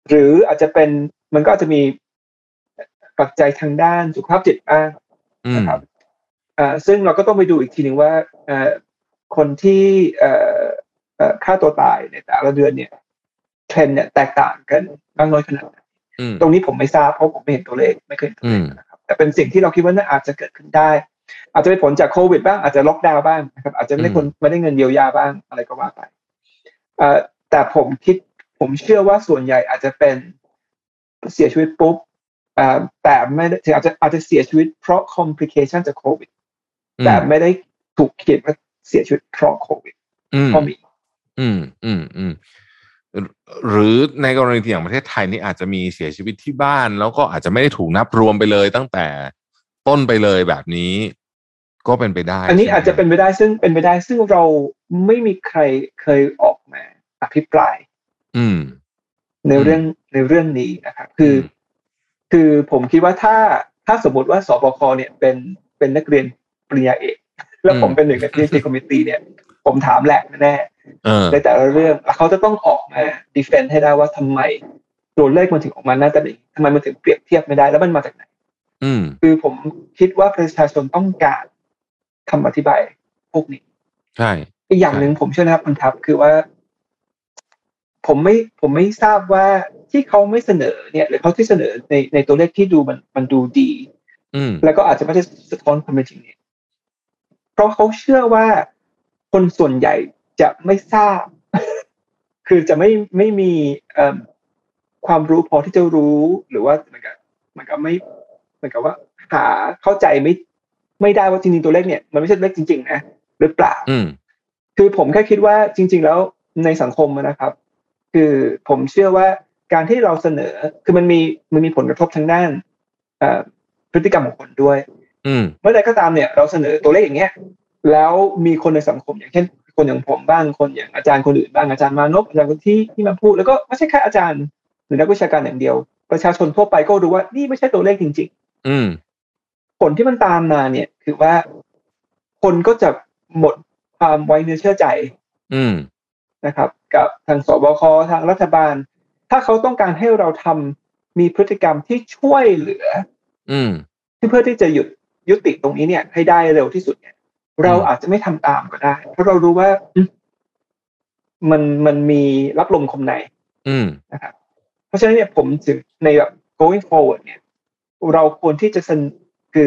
หรืออาจจะเป็นมันก็อาจจะมีปัจจัยทางด้านสุขภาพจิตบ้างนะครับอ่าซึ่งเราก็ต้องไปดูอีกทีนึงว่าเอ่อคนที่เอ่อเอ่อฆ่าตัวตายในแต่ละเดือนเนี่ยเทรนด์เนี่ยแตกต่างกันมากน้อยขนาดไหนตรงนี้ผมไม่ทราบเพราะผมไม่เห็นตัวเลขไม่เคยเห็นตัวเลขนะครับแต่เป็นสิ่งที่เราคิดว่าน่าอาจจะเกิดขึ้นได้อาจจะเป็นผลจากโควิดบ้างอาจจะล็อกดาวน์บ้างนะครับอาจจะไม่ได้คนไม่ได้เงินเยียวยาบ้างอะไรก็ว่าไปเอ่อแต่ผมคิดผมเชื่อว่าส่วนใหญ่อาจจะเป็นเสียชีวิตปุ๊บอ่าแต่ไม่ได้อาจจะอาจจะเสียชีวิตเพราะ complication จากโควิดแต่ไม่ได้ถูกเขียนว่าเสียชีวิตเพราะโควิดก็มีอืมอืมอืมหรือในกรณีที่อย่างประเทศไทยนี่อาจจะมีเสียชีวิตที่บ้านแล้วก็อาจจะไม่ได้ถูกนับรวมไปเลยตั้งแต่ต้นไปเลยแบบนี้ก็เป็นไปได้อันนี้อาจจะเป็นไปได้ซึ่งเป็นไปได้ซึ่งเราไม่มีใครเคยออกมาอภิปรายอืมในเรื่องในเรื่องนี้นะครับคือคือผมคิดว่าถ้าถ้าสมมติว่าสบคเนี่ยเป็นเป็นนักเรียนปริญญาเอกแล้วผมเป็นหนึ่งใน พี เอช ดี committee เนี่ยผมถามแหลกแน่ในแต่ละเรื่องเขาจะต้องออกมา defend ให้ได้ว่าทำไมตัวเลขมันถึงออกมาหน้าตาดีทำไมมันถึงเปรียบเทียบไม่ได้แล้วมันมาจากไหนคือผมคิดว่าประชาชนต้องการคำอธิบายพวกนี้ใช่อีกอย่างหนึ่งผมเชื่อนะครับคุณทัพคือว่าผมไม่ผมไม่ทราบว่าที่เขาไม่เสนอเนี่ยหรือเขาที่เสนอในในตัวเลขที่ดูมันมันดูดีแล้วก็อาจจะไม่ได้สะท้อนความเป็นจริงเนี่ยเพราะเขาเชื่อว่าคนส่วนใหญ่จะไม่ทราบ คือจะไม่ไม่มีความรู้พอที่จะรู้หรือว่ามันก็มันก็ไม่มันก็ว่าหาเข้าใจไม่ไม่ได้ว่าจริงๆตัวเลขเนี่ยมันไม่ใช่เลขจริงๆนะหรือเปล่าคือผมแค่คิดว่าจริงๆแล้วในสังคมนะครับคือผมเชื่อว่าการที่เราเสนอคือมันมีมันมีผลกระทบทางด้านพฤติกรรมของคนด้วยเมื่อใดก็ตามเนี่ยเราเสนอตัวเลขอย่างเงี้ยแล้วมีคนในสังคมอย่างเช่นคนอย่างผมบ้างคนอย่างอาจารย์คนอื่นบ้างอาจารย์มานพอาจารย์คนที่ที่มาพูดแล้วก็ไม่ใช่แค่อาจารย์หรือนักวิชาการอย่างเดียวประชาชนทั่วไปก็รู้ว่านี่ไม่ใช่ตัวเลขจริงๆผลที่มันตามมาเนี่ยคือว่าคนก็จะหมดความไว้เนื้อเชื่อใจนะครับกับทางสบคทางรัฐบาลถ้าเขาต้องการให้เราทำมีพฤติกรรมที่ช่วยเหลือที่เพื่อที่จะหยุดยุติตรงนี้เนี่ยให้ได้เร็วที่สุดเนี่ยเราอาจจะไม่ทำตามก็ได้เพราะเรารู้ว่ามันมันมีรับลมคมในนะครับเพราะฉะนั้นเนี่ยผมถึงในแบบ going forward เนี่ยเราควรที่จะคือ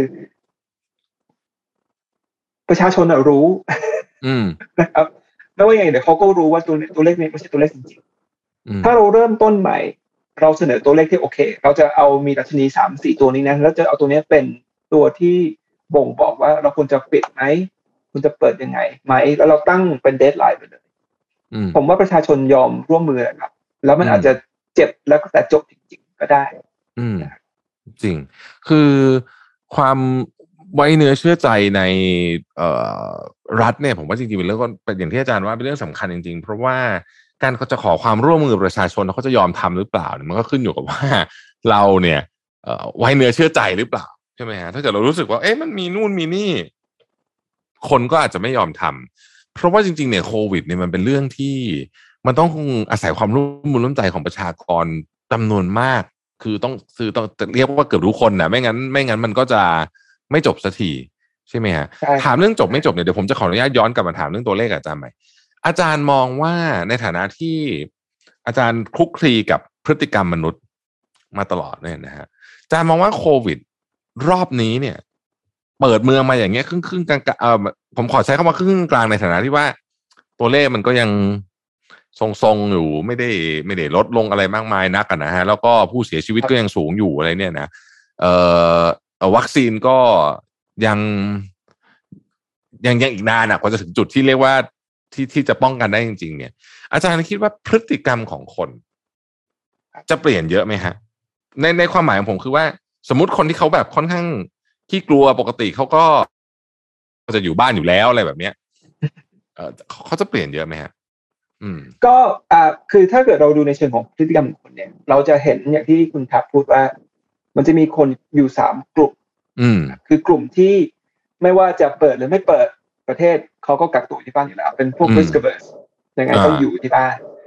ประชาชนรู้นะครับไม่ว่าอย่างไรเดี๋ยวเขาก็รู้ว่าตัวตัวเลขนี้ไม่ใช่ตัวเลขจริงๆถ้าเราเริ่มต้นใหม่เราเสนอตัวเลขที่โอเคเราจะเอามีดัชนี สาม สี่ ตัวนี้นะแล้วจะเอาตัวนี้เป็นตัวที่บ่งบอกว่าเราควรจะปิดไหมควรจะเปิดยังไงไหมแล้วเราตั้งเป็นเดดไลน์ไปเลยผมว่าประชาชนยอมร่วมมือครับแล้วมันอาจจะเจ็บแล้วก็แต่จบจริงๆก็ได้อืมจริงคือความไว้เนื้อเชื่อใจในเอ่อรัฐเนี่ยผมว่าจริงๆเป็นเรื่องก็เป็นอย่างที่อาจารย์ว่าเป็นเรื่องสำคัญจริงๆเพราะว่าการเขาจะขอความร่วมมือประชาชนเขาจะยอมทำหรือเปล่ามันก็ขึ้นอยู่กับว่าเราเนี่ยเอ่อไว้เนื้อเชื่อใจหรือเปล่าใช่ไหมฮะถ้าเกิดเรารู้สึกว่าเอ๊ะมันมีนู่นมีนี่คนก็อาจจะไม่ยอมทำเพราะว่าจริงๆเนี่ยโควิดเนี่ยมันเป็นเรื่องที่มันต้องอาศัยความร่วมมือร่วมใจของประชากรจำนวนมากคือต้องคือต้องเรียกว่าเกือบทุกคนนะไม่งั้นไม่งั้นมันก็จะไม่จบสักทีใช่ไหมฮะถามเรื่องจบไม่จบเนี่ยเดี๋ยวผมจะขออนุญาตย้อนกลับมาถามเรื่องตัวเลขอาจารย์ใหม่อาจารย์มองว่าในฐานะที่อาจารย์คลุกคลีกับพฤติกรรมมนุษย์มาตลอดเนี่ยนะฮะอาจารย์มองว่าโควิดรอบนี้เนี่ยเปิดเมืองมาอย่างเงี้ยครึ่งครึ่งกลางเอ่อผมขอใช้คำว่าครึ่งกลางในฐานะที่ว่าตัวเลขมันก็ยังทรงๆอยู่ไม่ได้ไม่ได้ลดลงอะไรมากมายนักนะฮะแล้วก็ผู้เสียชีวิตก็ยังสูงอยู่อะไรเนี่ยนะเอ่อวัคซีนก็ยังยังยังอีกนานอ่ะกว่าจะถึงจุดที่เรียกว่าที่ที่จะป้องกันได้จริงๆเนี่ยอาจารย์คิดว่าพฤติกรรมของคนจะเปลี่ยนเยอะไหมฮะในในความหมายของผมคือว่าสมมุติคนที่เขาแบบค่อนข้างขี้กลัวปกติเขาก็จะอยู่บ้านอยู่แล้วอะไรแบบเนี้ยเออเขาจะเปลี่ยนเยอะไหมฮะอืมก็อ่าคือถ้าเกิดเราดูในเชิงของพฤติกรรมของคนเนี่ยเราจะเห็นอย่างที่คุณทัพพูดว่ามันจะมีคนอยู่สามกลุ่มอืมคือกลุ่มที่ไม่ว่าจะเปิดหรือไม่เปิดประเทศเขาก็กักตัวที่บ้านอยู่แล้วเป็นพวก risk averse ยังไงต้องอยู่ที่บ้าน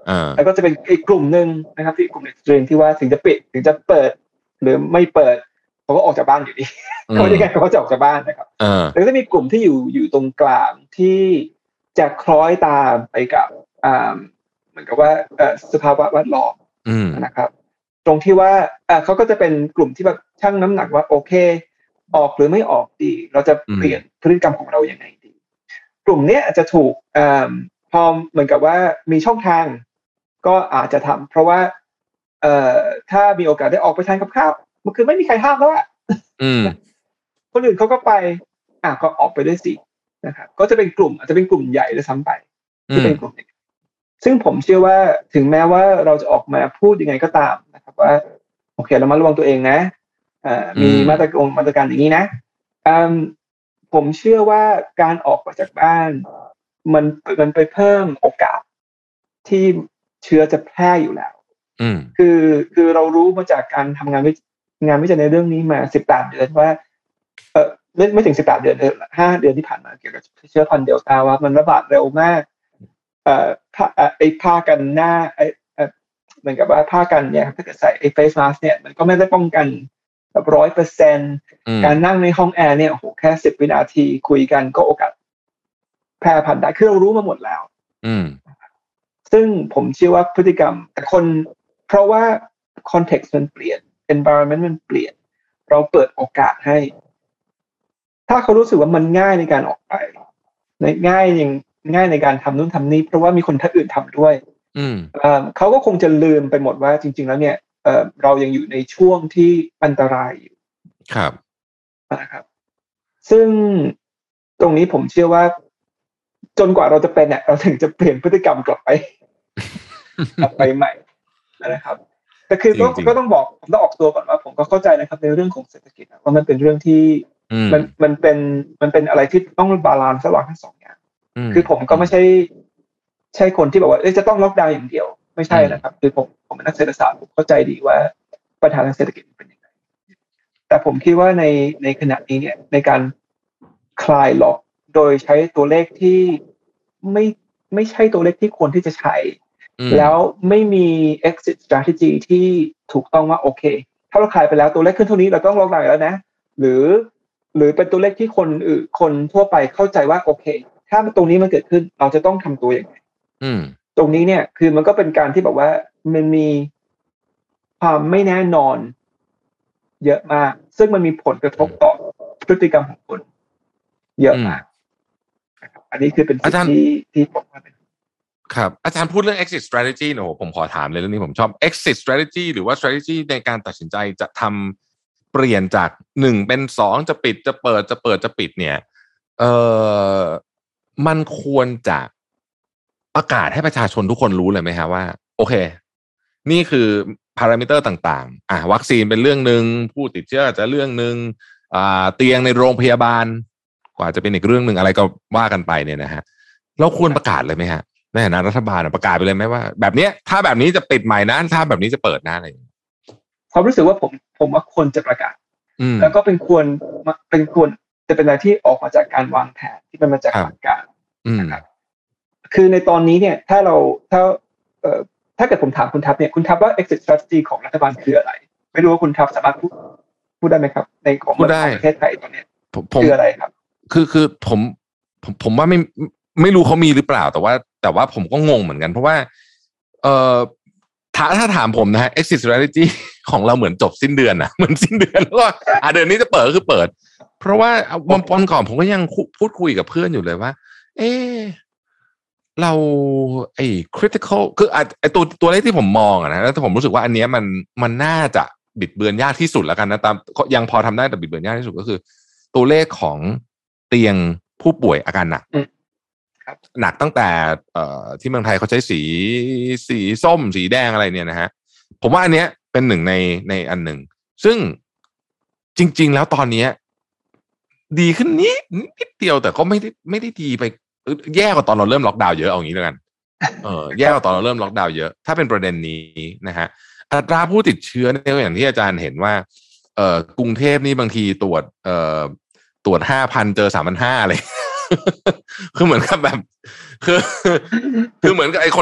แล้วก็จะเป็นอีกกลุ่มนึงนะครับที่กลุ่ม extreme ที่ว่าถึงจะปิดถึงจะเปิดหรือไม่เปิดเขาก็ออกจากบ้านอยู่ดีเขาไม่ได้กันเขาก็จะออกจากบ้านนะครับแล้วก็จะมีกลุ่มที่อยู่อยู่ตรงกลางที่จะคล้อยตามไปกับอ่าเหมือนกับว่าสภาวะแวดล้อมนะครับตรงที่ว่าเขาก็จะเป็นกลุ่มที่แบบชั่งน้ำหนักว่าโอเคออกหรือไม่ออกดีเราจะเปลี่ยนพฤติกรรมของเราอย่างไรดีกลุ่มนี้อาจจะถูกพอเหมือนกับว่ามีช่องทางก็อาจจะทำเพราะว่าเอ่อถ้ามีโอกาสได้ออกไปทานกับข้าวมันคือไม่มีใครห้ามแล้วอ่ะคนอื่นเขาก็ไปอ่ะก็ออกไปด้วยสินะครับก็จะเป็นกลุ่มอาจจะเป็นกลุ่มใหญ่ด้วยซ้ำไปที่เป็นกลุ่มนี้ซึ่งผมเชื่อว่าถึงแม้ว่าเราจะออกมาพูดยังไงก็ตามนะครับว่าโอเคเรามาระวังตัวเองนะอ่ามีมาตรการมาตรการอย่างนี้นะอืมผมเชื่อว่าการออกมาจากบ้านมันมันไปเพิ่มโอกาสที่เชื้อจะแพร่อยู่แล้วคือคือเรารู้มาจากการทำงานวิงานวิจัยในเรื่องนี้มาสิบแปดเดือนว่าเออไม่ไม่ถึงสิบแปดเดือนเลยห้าเดือนที่ผ่านมาเกี่ยวกับเชื้อพันธุ์เดลต้าว่ามันระบาดเร็วมากเอ่อผ้าไอ้ผ้ากันหน้าไอ้เหมือนกับว่าผ้ากันเนี่ยถ้าเกิดใส่ไอ้เฟสมาสก์เนี่ยมันก็ไม่ได้ป้องกันแบบร้อยเปอร์เซ็นต์การนั่งในห้องแอร์เนี่ยโอ้โหแค่สิบวินาทีคุยกันก็โอกาสแพร่พันธุ์ได้คือเรารู้มาหมดแล้วซึ่งผมเชื่อว่าพฤติกรรมแต่คนเพราะว่าคอนเท็กซ์มันเปลี่ยน environment มันเปลี่ยนเราเปิดโอกาสให้ถ้าเขารู้สึกว่ามันง่ายในการออกไปในง่ายอย่างง่ายในการทำนู่นทำนี่เพราะว่ามีคนท่านอื่นทำด้วยเขาก็คงจะลืมไปหมดว่าจริงๆแล้วเนี่ยเอ่อเรายังอยู่ในช่วงที่อันตรายอยู่ครับนะครับซึ่งตรงนี้ผมเชื่อว่าจนกว่าเราจะเป็นเนี่ยเราถึงจะเปลี่ยนพฤติกรรมกลับไปกลับไปใหม่นะครับแต่คือก็ก็ต้องบอกผมต้องออกตัวก่อนว่าผมก็เข้าใจนะครับในเรื่องของเศรษฐกิจว่ามันเป็นเรื่องที่มันมันเป็นมันเป็นอะไรที่ต้องบาลานซ์ระหว่างทั้งสองอย่างคือผมก็ไม่ใช่ใช่คนที่บอกว่าเอ๊ะจะต้องล็อกดาวน์อย่างเดียวไม่ใช่นะครับคือผมผมเป็นนักเศรษฐศาสตร์ผมเข้าใจดีว่าปัญหาทางเศรษฐกิจเป็นยังไงแต่ผมคิดว่าในในขณะนี้เนี่ยในการคลายล็อกโดยใช้ตัวเลขที่ไม่ไม่ใช่ตัวเลขที่ควรที่จะใช้แล้วไม่มี exit strategy ที่ถูกต้องว่าโอเคถ้าเราขายไปแล้วตัวเลขขึ้นเท่านี้เราต้องล็อกดาวน์แล้วนะหรือหรือเป็นตัวเลขที่คนอื่นคนทั่วไปเข้าใจว่าโอเคถ้าตรงนี้มันเกิดขึ้นเราจะต้องทำตัวอย่างไรตรงนี้เนี่ยคือมันก็เป็นการที่แบบว่ามันมีความไม่แน่นอนเยอะมากซึ่งมันมีผลกระทบต่อพฤติกรรมของคนเยอะมากอันนี้คือเป็นสิ่งที่ที่ผมว่าเป็นครับอาจารย์พูดเรื่อง exit strategy โอ้โหผมขอถามเลยเรื่องนี้ผมชอบ exit strategy หรือว่า strategy ในการตัดสินใจจะทำเปลี่ยนจากหนึ่งเป็นสองจะปิดจะเปิดจะเปิดจะปิดเนี่ยเอ่อมันควรจะประกาศให้ประชาชนทุกคนรู้เลยไหมฮะว่าโอเคนี่คือพารามิเตอร์ต่างๆอ่ะวัคซีนเป็นเรื่องนึงผู้ติดเชื้อจะเรื่องนึงอ่าเตียงในโรงพยาบาลกว่าจะเป็นอีกเรื่องนึงอะไรก็ว่ากันไปเนี่ยนะฮะเราควรประกาศเลยไหมฮะในฐานะรัฐบาลประกาศไปเลยไหมว่าแบบนี้ถ้าแบบนี้จะปิดใหม่นะถ้าแบบนี้จะเปิดนะอะไรความรู้สึกว่าผมผมว่าควรจะประกาศแล้วก็เป็นควรเป็นควรจะเป็นอะไรที่ออกมาจากการวางแผนที่มันมาจากหลักการนะครับคือในตอนนี้เนี่ยถ้าเราถ้าเอ่อถ้าเกิดผมถามคุณทัพเนี่ยคุณทัพว่า exit strategy ของรัฐบาลคืออะไรไม่รู้ว่าคุณทัพสามารถพูดพูดได้ไหมครับในของประเทศไทยตอนนี้คืออะไรครับคือคือผมผมผมว่าไม่ไม่รู้เขามีหรือเปล่าแต่ว่าแต่ว่าผมก็งงเหมือนกันเพราะว่าเอ่อถ้าถ้าถามผมนะฮะ exit strategy ของเราเหมือนจบสิ้นเดือนนะเหมือนสิ้นเดือนแล้วก็อ่ะเดือนนี้จะเปิดก็คือเปิดเพราะว่าวันก่อนก่อนผมก็ยังพูดคุยกับเพื่อนอยู่เลยว่าเออเราไอ้ critical คือไอ้ตัวตัวเลขที่ผมมองอะนะแล้วผมรู้สึกว่าอันเนี้ยมันมันน่าจะบิดเบือนยากที่สุดแล้วกันนะตามยังพอทำได้แต่บิดเบือนยากที่สุดก็คือตัวเลขของเตียงผู้ป่วยอาการหนักหนักตั้งแต่เอ่อที่เมืองไทยเขาใช้สีสีส้มสีแดงอะไรเนี่ยนะฮะผมว่าอันเนี้ยเป็นหนึ่งในในอันหนึ่งซึ่งจริงๆแล้วตอนนี้ดีขึ้นนิดนิดเดียวแต่ก็ไม่ได้ไม่ได้ดีไปแย่กว่าตอนเราเริ่มล็อกดาวน์เยอะเอางี้แล้วกันเออแย่กว่าตอนเราเริ่มล็อกดาวน์เยอะถ้าเป็นประเด็นนี้นะฮะอัตราผู้ติดเชื้อเนี่ยอย่างที่อาจารย์เห็นว่าเอ่อกรุงเทพนี่บางทีตรวจเอ่อตรวจ ห้าพัน เจอ สามพันห้าร้อย เลยคือเหมือนกับแบบคือคือเหมือนกับไอ้คนที่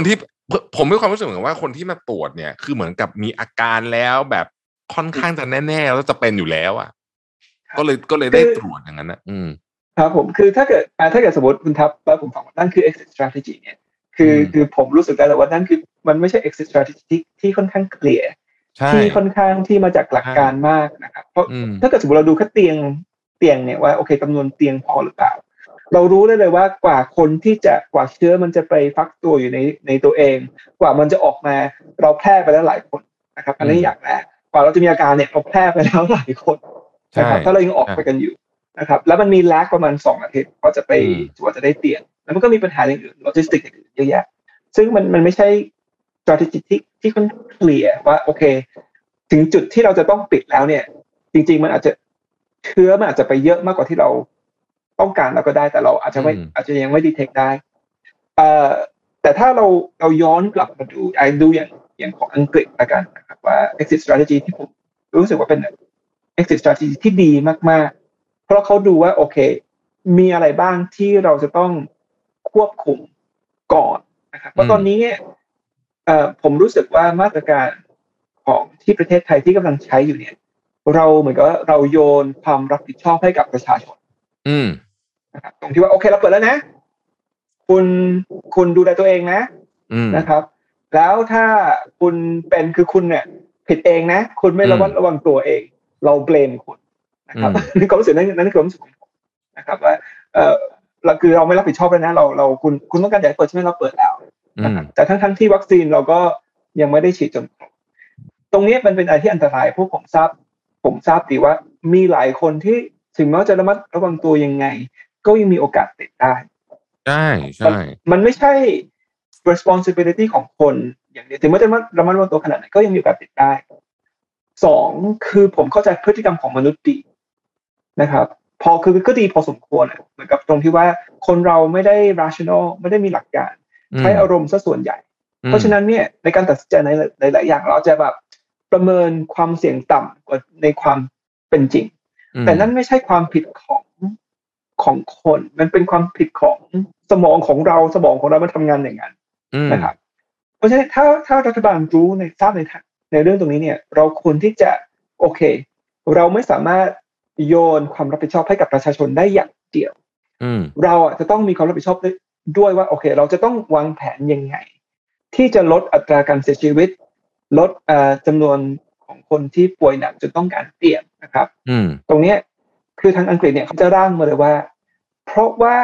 ผมมีความรู้สึกเหมือนว่าคนที่มาตรวจเนี่ยคือเหมือนกับมีอาการแล้วแบบค่อนข้างจะแน่ๆแล้วจะเป็นอยู่แล้วอ่ะก็เลยก็เลยได้ตรวจอย่างนั้นนะอืมครับผมคือถ้าเกิดถ้าเกิดสมมติคุณทับว่าผมฟังนั่นคือ exit strategy เนี่ยคือคือผมรู้สึกได้เลยว่านั่นคือมันไม่ใช่ exit strategy ที่ที่ค่อนข้างเคลียร์ที่ค่อนข้างที่มาจากหลักการมากนะครับเพราะถ้าเกิดสมมติเราดูแค่เตียงเตียงเนี่ยว่าโอเคจำนวนเตียงพอหรือเปล่าเรารู้ได้เลยว่ากว่าคนที่จะกว่าเชื้อมันจะไปฟักตัวอยู่ในในตัวเองกว่ามันจะออกมาเราแพร่ไปแล้วหลายคนนะครับอันนี้อย่างแรกกว่าเราจะมีอาการเนี่ยเราแพร่ไปแล้วหลายคนนะครับถ้าเรายังออกไปกันอยู่นะครับแล้วมันมีแลกประมาณสองอาทิตย์พอจะไปกว่าจะได้เตียงแล้วมันก็มีปัญหาอย่างอื่นโลจิสติกอย่างอื่นเยอะแยะซึ่งมันมันไม่ใช่ strategy ที่ที่ค่อนข้างเคลียร์ว่าโอเคถึงจุดที่เราจะต้องปิดแล้วเนี่ยจริงๆมันอาจจะเชื้อมันอาจจะไปเยอะมากกว่าที่เราต้องการเราก็ได้แต่เราอาจจะไม่อาจจะยังไม่ดีเทคได้เอ่อแต่ถ้าเราเราย้อนกลับมาดูไอ้ดูอย่างอย่างของอังกฤษละกันนะครับว่า exit strategy ที่ผมรู้สึกว่าเป็น exit strategy ที่ดีมากๆเพราะเขาดูว่าโอเคมีอะไรบ้างที่เราจะต้องควบคุมก่อนนะครับเพราะตอนนี้เนี่ยเอ่อผมรู้สึกว่ามาตรการของที่ประเทศไทยที่กำลังใช้อยู่เนี่ยเราเหมือนกับว่าเราโยนความรับผิดชอบให้กับประชาชนอืมนะครับตรงที่ว่าโอเคเราเปิดแล้วนะคุณคุณดูแลตัวเองนะนะครับแล้วถ้าคุณเป็นคือคุณเนี่ยผิดเองนะคุณไม่ระวัดระวังตัวเองเราเบลมคุณนะครับนี่ความรู้สึกนั้นนั่นคือความรู้สึกของผมนะครับว่าเออเราคือเราไม่รับผิดชอบแล้วนะเราเราคุณคุณต้องการอยากเปิดใช่ไหมเราเปิดแล้วนะครับแต่ทั้งทั้งที่วัคซีนเราก็ยังไม่ได้ฉีดจนตรงนี้มันเป็นอะไรที่อันตรายพวกผมทราบผมทราบดีว่ามีหลายคนที่ถึงแม้จะระมัดระวังตัวยังไงก็ยังมีโอกาสติดได้ใช่ใช่มันไม่ใช่ responsibility ของคนอย่างเดียวถึงแม้จะระมัดระวังตัวขนาดไหนก็ยังมีโอกาสติดได้สองคือผมเข้าใจพฤติกรรมของมนุษย์ดีนะครับพอคือก็ดีพอสมควรเหมือนกับตรงที่ว่าคนเราไม่ได้ rational ไม่ได้มีหลักการใช้อารมณ์ซะส่วนใหญ่เพราะฉะนั้นเนี่ยในการตัดสินใจในหลายๆอย่างเราจะแบบประเมินความเสี่ยงต่ำกว่าในความเป็นจริงแต่นั่นไม่ใช่ความผิดของของคนมันเป็นความผิดของสมองของเราสมองของเรามันทำงานอย่างนั้นนะครับเพราะฉะนั้นถ้าถ้ารัฐบาลรู้ในทราบในในเรื่องตรงนี้เนี่ยเราควรที่จะโอเคเราไม่สามารถโยนความรับผิดชอบให้กับประชาชนได้อย่างเดียวเราจะต้องมีความรับผิดชอบด้วยว่าโอเคเราจะต้องวางแผนยังไงที่จะลดอัตราการเสียชีวิตลดจำนวนของคนที่ป่วยหนักจนต้องการเตียงนะครับตรงนี้คือทางอังกฤษเนี่ยเขาจะร่างมาเลยว่าเพราะว่า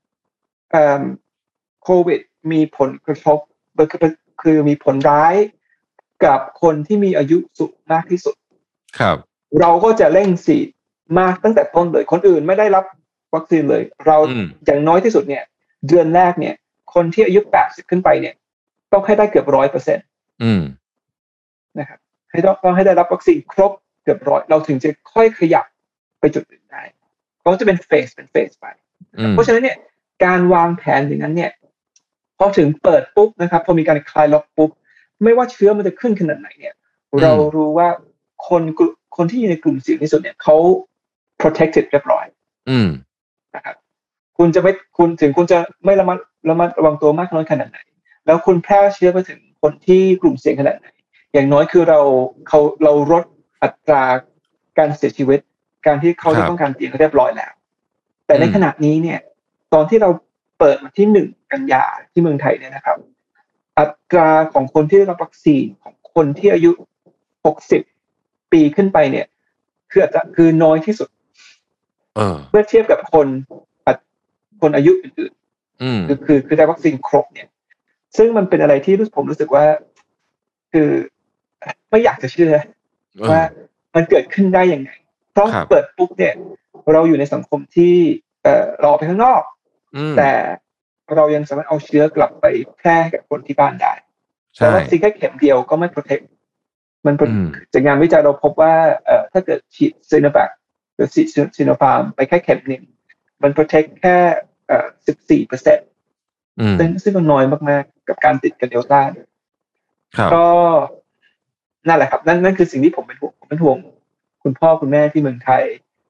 โควิดมีผลกระทบคือมีผลร้ายกับคนที่มีอายุสูงมากที่สุดครับเราก็จะเร่งฉีดมากตั้งแต่ต้นเลยคนอื่นไม่ได้รับวัคซีนเลยเราอย่างน้อยที่สุดเนี่ยเดือนแรกเนี่ยคนที่อายุแปดสิบขึ้นไปเนี่ยต้องให้ได้เกือบร้อยเปอร์เซ็นต์นะครับให้ต้องต้องให้ได้รับวัคซีนครบเกือบร้อยเราถึงจะค่อยขยับไปจุดอื่นได้ก็จะเป็นเฟสเป็นเฟสไปเพราะฉะนั้นเนี่ยการวางแผนอย่างนั้นเนี่ยพอถึงเปิดปุ๊บนะครับพอมีการคลายล็อกปุ๊บไม่ว่าเชื้อมันจะขึ้นขนาดไหนเนี่ยเรารู้ว่าคนคนที่อยู่ในกลุ่มเสี่ยงที่สุดเนี่ยเขา protected เรียบร้อยนะครับคุณจะไม่คุณถึงคุณจะไม่ระมัดระมัดระวังตัวมากน้อยขนาดไหนแล้วคุณแพร่เชื้อไปถึงคนที่กลุ่มเสี่ยงขนาดไหนอย่างน้อยคือเราเขาเราลดอัตราการเสียชีวิตการที่เขาจะต้องการเตียงเรียบร้อยแล้วแต่ในขณะนี้เนี่ยตอนที่เราเปิดมาที่หนึ่งกันยาที่เมืองไทยเนี่ยนะครับอัตราของคนที่ได้รับวัคซีนของคนที่อายุหกสิบปีขึ้นไปเนี่ยคืออาจจะคือน้อยที่สุดเมื่อเทียบกับคนคนอายุอื่นๆคือคือคือได้วัคซีนครบเนี่ยซึ่งมันเป็นอะไรที่ผมรู้สึกว่าคือไม่อยากจะเชื่อว่ามันเกิดขึ้นได้ยังไงเพราะเปิดปุ๊บเนี่ยเราอยู่ในสังคมที่เอ่อรอไปข้างนอกแต่เรายังสามารถเอาเชื้อกลับไปแพร่กับคนที่บ้านได้แต่วัคซีนแค่เข็มเดียวก็ไม่โปรเทคมันจากงานวิจัยเราพบว่าเอ่อถ้าเกิดฉีดซีโนแวคหรือฉีดซีโนฟาร์มไปแค่เข็มหนึ่งมันโปรเทคแค่เอ่อ สิบสี่เปอร์เซ็นต์ ซึ่งซึ่งมันน้อยมากๆกับการติดกับเดลต้าก็นั่นแหละครับนั่นนั่นคือสิ่งที่ผมเป็นห่วงผมเป็นห่วงคุณพ่อคุณแม่ที่เมืองไทย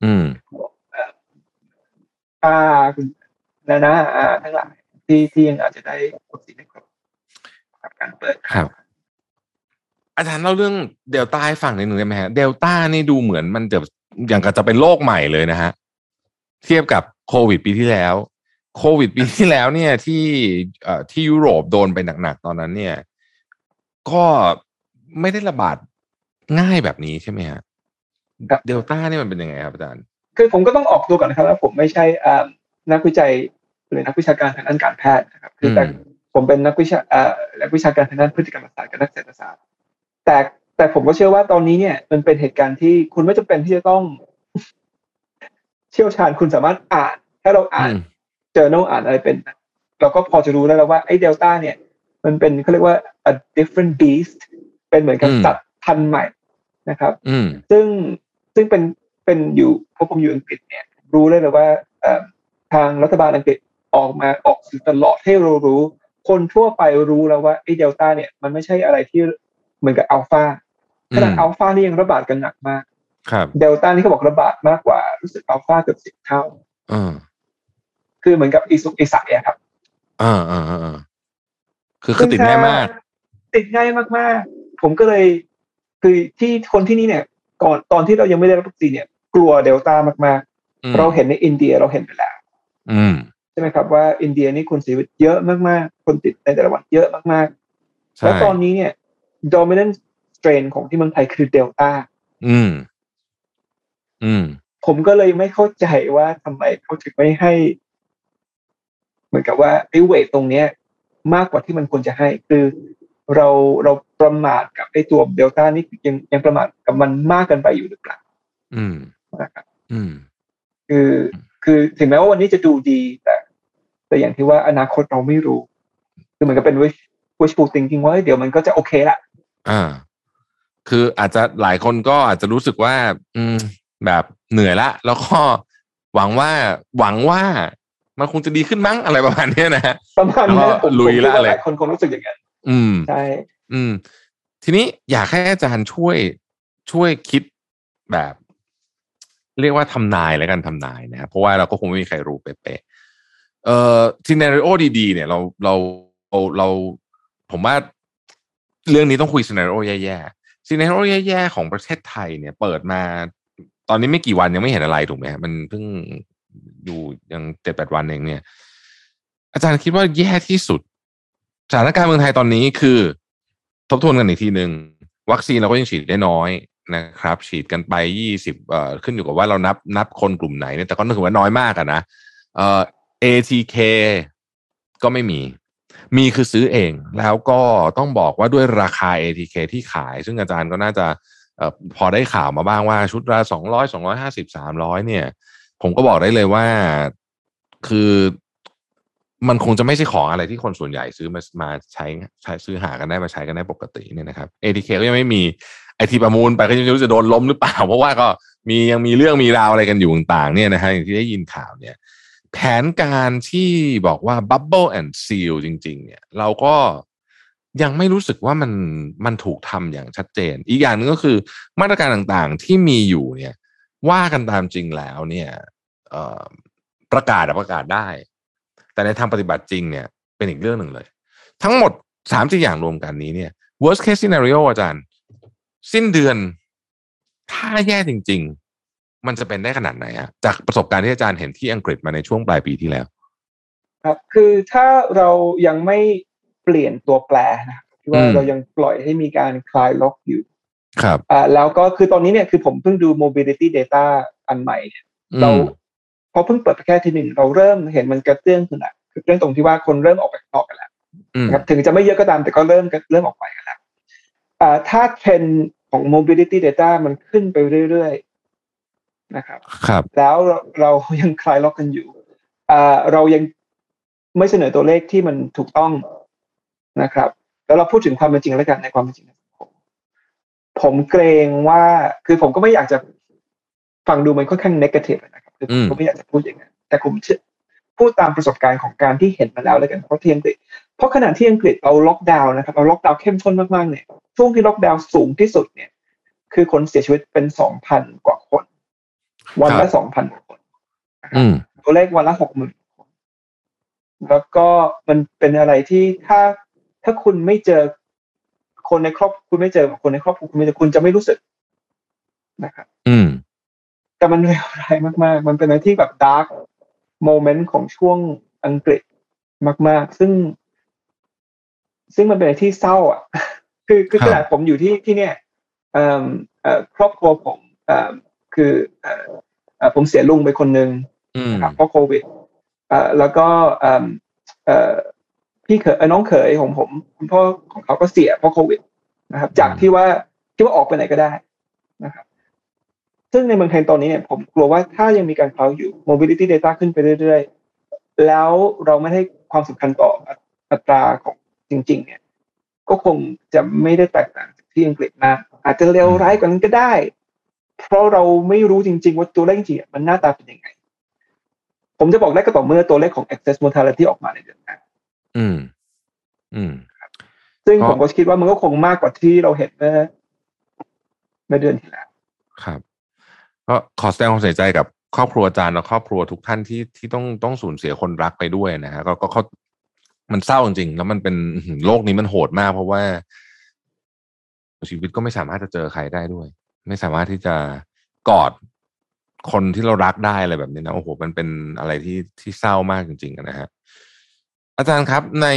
ป้าคุณน้าๆทั้งหลายที่ที่ยังอาจจะได้วัคซีนไม่ครบการเปิดครับอาจารย์เล่าเรื่องเดลต้าให้ฟังนิดนึงได้ไหมฮะเดลต้านี่ดูเหมือนมันจะอย่างกับจะเป็นโรคใหม่เลยนะฮะเทียบกับโควิดปีที่แล้วโควิดปีที่แล้วเนี่ยที่เอ่อที่ยุโรปโดนไปหนักๆตอนนั้นเนี่ยก็ไม่ได้ระบาดง่ายแบบนี้ใช่ไหมฮะเดลต้านี่มันเป็นยังไงครับอาจารย์คือผมก็ต้องออกตัวก่อนนะครับว่าผมไม่ใช่นักวิจัยหรือนักวิชาการทางด้านการแพทย์นะครับคือแต่ผมเป็นนักวิชาเอ่อนักวิชาการทางด้านพฤติกรรมศาสตร์กับนักเศรษฐศาสตร์แต่แต่ผมก็เชื่อว่าตอนนี้เนี่ยมันเป็นเหตุการณ์ที่คุณไม่จำเป็นที่จะต้องเชี่ยวชาญคุณสามารถอ่านถ้าเราอ่าน journal อ่านอะไรเป็นเราก็พอจะรู้ได้แล้วว่าไอ้เดลต้าเนี่ยมันเป็นเขาเรียกว่า a different beast เป็นเหมือนกับสัตว์พันธุ์ใหม่นะครับซึ่งซึ่งเป็นเป็นอยู่พอผมอยู่อังกฤษเนี่ยรู้ได้เลยว่าทางรัฐบาลอังกฤษออกมาออกสื่อตลอดให้เรารู้คนทั่วไปรู้แล้วว่าไอ้เดลต้าเนี่ยมันไม่ใช่อะไรที่เหมือนกับอัลฟาขนาดอัลฟานี่ยังระบาดกันหนักมากเดลต้านี่เขาบอกระบาดมากกว่ารู้สึกอัลฟาเกือบสิบเท่าคือเหมือนกับอีสุกอีสัยอะครับอ่าอ่าอ่าคือคือติดง่ายมากติดง่ายมากๆผมก็เลยคือที่คนที่นี่เนี่ยก่อนตอนที่เรายังไม่ได้รับวัคซีนเนี่ยกลัวเดลต้ามากๆเราเห็นในอินเดียเราเห็นไปแล้วใช่ไหมครับว่าอินเดียนี่คนเสียชีวิตเยอะมากๆคนติดในแต่ละวันเยอะมากๆแล้วตอนนี้เนี่ย dominant strain ของที่เมืองไทยคือเดลต้าอืมอืมผมก็เลยไม่เข้าใจว่าทำไมเขาถึงไม่ให้เหมือนกับว่าไอ้เวทตรงเนี้ยมากกว่าที่มันควรจะให้คือเราเราประมาทกับไอ้ตัวเดลต้านี่ยังยังประมาทกับมันมากเกินไปอยู่หรือเปล่าอืมนะครับอืมคือคือถึงแม้ว่าวันนี้จะดูดีแต่แต่อย่างที่ว่าอนาคตเราไม่รู้คือเหมือนกับเป็น wish wishful thinking ว่าเดี๋ยวมันก็จะโอเคละอ่าคืออาจจะหลายคนก็อาจจะรู้สึกว่าอืมแบบเหนื่อยละแล้วก็หวังว่าหวังว่ามันคงจะดีขึ้นมั้งอะไรประมาณนี้นะฮะประมาณนี้ผมลุยละอะไรหลายคนคงรู้สึกอย่างนั้นอืมใช่อืมทีนี้อยากให้อาจารย์ช่วยช่วยคิดแบบเรียกว่าทำนายแล้วกันทำนายนะครับเพราะว่าเราก็คงไม่มีใครรู้เป๊ะๆเอ่อซีนาริโอดีๆเนี่ยเราเราเราเราผมว่าเรื่องนี้ต้องคุยซีนาริโอแย่ๆซีนาริโอแย่ๆของประเทศไทยเนี่ยเปิดมาตอนนี้ไม่กี่วันยังไม่เห็นอะไรถูกไหมมันเพิ่งอยู่ยังเจ็ดแปดวันเองเนี่ยอาจารย์คิดว่าแย่ที่สุดสถานการณ์เมืองไทยตอนนี้คือทบทวนกันอีกทีนึงวัคซีนเราก็ยังฉีดได้น้อยนะครับฉีดกันไปยี่สิบเอ่อขึ้นอยู่กับว่าเรานับนับคนกลุ่มไหนเนี่ยแต่ก็ถือว่าน้อยมากอะนะเอ่อ เอ ที เค ก็ไม่มีมีคือซื้อเองแล้วก็ต้องบอกว่าด้วยราคา เอ ที เค ที่ขายซึ่งอาจารย์ก็น่าจะเอ่อพอได้ข่าวมาบ้างว่าชุดละสองร้อย สองร้อยห้าสิบ สามร้อยเนี่ยผมก็บอกได้เลยว่าคือมันคงจะไม่ใช่ของอะไรที่คนส่วนใหญ่ซื้อมามาใช้ใช้ซื้อหากันได้มาใช้กันได้ปกติเนี่ยนะครับ เอ ที เค ก็ยังไม่มีไอทีประมูลไปก็ยังไม่รู้จะโดนล้มหรือเปล่าเพราะว่าก็มียังมีเรื่องมีราวอะไรกันอยู่ต่างๆเนี่ยนะฮะอย่างที่ได้ยินข่าวเนี่ยแผนการที่บอกว่า bubble and seal จริงๆเนี่ยเราก็ยังไม่รู้สึกว่ามันมันถูกทำอย่างชัดเจนอีกอย่างนึงก็คือมาตรการต่างๆที่มีอยู่เนี่ยว่ากันตามจริงแล้วเนี่ยประกาศประกาศได้แต่ในทางปฏิบัติจริงเนี่ยเป็นอีกเรื่องหนึ่งเลยทั้งหมด สามสี่ อย่างรวมกันนี้เนี่ย worst case scenario อาจารย์สิ้นเดือนถ้าแย่จริงๆมันจะเป็นได้ขนาดไหนอะจากประสบการณ์ที่อาจารย์เห็นที่อังกฤษมาในช่วงปลายปีที่แล้วครับคือถ้าเรายังไม่เปลี่ยนตัวแปรนะที่ว่าเรายังปล่อยให้มีการคลายล็อกอยู่ครับอ่าแล้วก็คือตอนนี้เนี่ยคือผมเพิ่งดู mobility data อันใหม่เนี่ยเราพอเพิ่งเปิดไปแค่ทีหนึ่งเราเริ่มเห็นมันกระเตื้องขึ้นอ่ะคือเรื่องตรงที่ว่าคนเริ่มออกไปข้างนอกกันแล้วนะครับถึงจะไม่เยอะก็ตามแต่ก็เริ่มเริ่มออกไปกันแล้วอ่าถ้าเทรนด์ของ mobility data มันขึ้นไปเรื่อยๆนะครับครับแล้วเราเรายังคลายล็อกกันอยู่อ่าเรายังไม่เสนอตัวเลขที่มันถูกต้องนะครับแล้วเราพูดถึงความเป็นจริงแล้วกันในความเป็นจริงผมผมเกรงว่าคือผมก็ไม่อยากจะฟังดูมันค่อนข้าง negative นะครับคือผมก็ไม่อยากจะพูดอย่างนั้นแต่ผมพูดตามประสบการณ์ของการที่เห็นมาแล้วแล้วกันเพราะที่อังกฤษเพราะขณะที่อังกฤษเอาล็อกดาวน์นะครับเอาล็อกดาวน์เข้มข้นมากๆเนี่ยช่วงที่ล็อกดาวน์สูงที่สุดเนี่ยคือคนเสียชีวิตเป็น สองพัน กว่าคนวันละ สองพัน กว่าคนนะครับตัวเลขวันละ หกหมื่น คนแล้วก็มันเป็นอะไรที่ถ้าถ้าคุณไม่เจอคนในครอบคุณไม่เจอคนในครอบครัวคุณไม่เจอคุณจะไม่รู้สึกนะครับอืมแต่มันเลวร้ายมากๆมันเป็นอะไรที่แบบดาร์กโมเมนต์ของช่วงอังกฤษมากๆซึ่งซึ่งมันเป็นอะไรที่เศร้าอ่ะคือคือขนาดผมอยู่ที่ที่เนี่ยเอ่อเอ่อครอบครัวผมเอ่อคือเอ่อเอ่อผมเสียลุงไปคนนึงนะครับเพราะโควิดเอ่อแล้วก็เอ่อเอ่อพี่เขยน้องเขยของผมคุณพ่อของเขาก็เสียเพราะโควิดนะครับจากที่ว่าที่ว่าออกไปไหนก็ได้นะครับซึ่งในเมืองไทยตอนนี้เนี่ยผมกลัวว่าถ้ายังมีการเคล้าอยู่ mobility data ขึ้นไปเรื่อยๆแล้วเราไม่ให้ความสำคัญต่ออัตราของจริงๆเนี่ยก็คงจะไม่ได้แตกต่างจากที่อังกฤษมากอาจจะเลวร้ายกว่านั้นก็ได้เพราะเราไม่รู้จริงๆว่าตัวเลขจริงๆมันหน้าตาเป็นยังไงผมจะบอกได้ก็ต่อเมื่อตัวเลขของ excess mortality ออกมาในเดือนหน้าอืมอืมซึ่งผมก็คิดว่ามันก็คงมากกว่าที่เราเห็นเมื่อเมื่อเดือนที่แล้วครับก็ขอแสดงความเสียใจกับครอบครัวอาจารย์และครอบครัวทุกท่านที่ที่ต้องต้องสูญเสียคนรักไปด้วยนะฮะก็ก็เขามันเศร้าจริงๆแล้วมันเป็นโลกนี้มันโหดมากเพราะว่าชีวิตก็ไม่สามารถจะเจอใครได้ด้วยไม่สามารถที่จะกอดคนที่เรารักได้อะไรแบบนี้นะโอ้โหมันเป็นอะไรที่ที่เศร้ามากจริงๆนะฮะอาจารย์ครับใน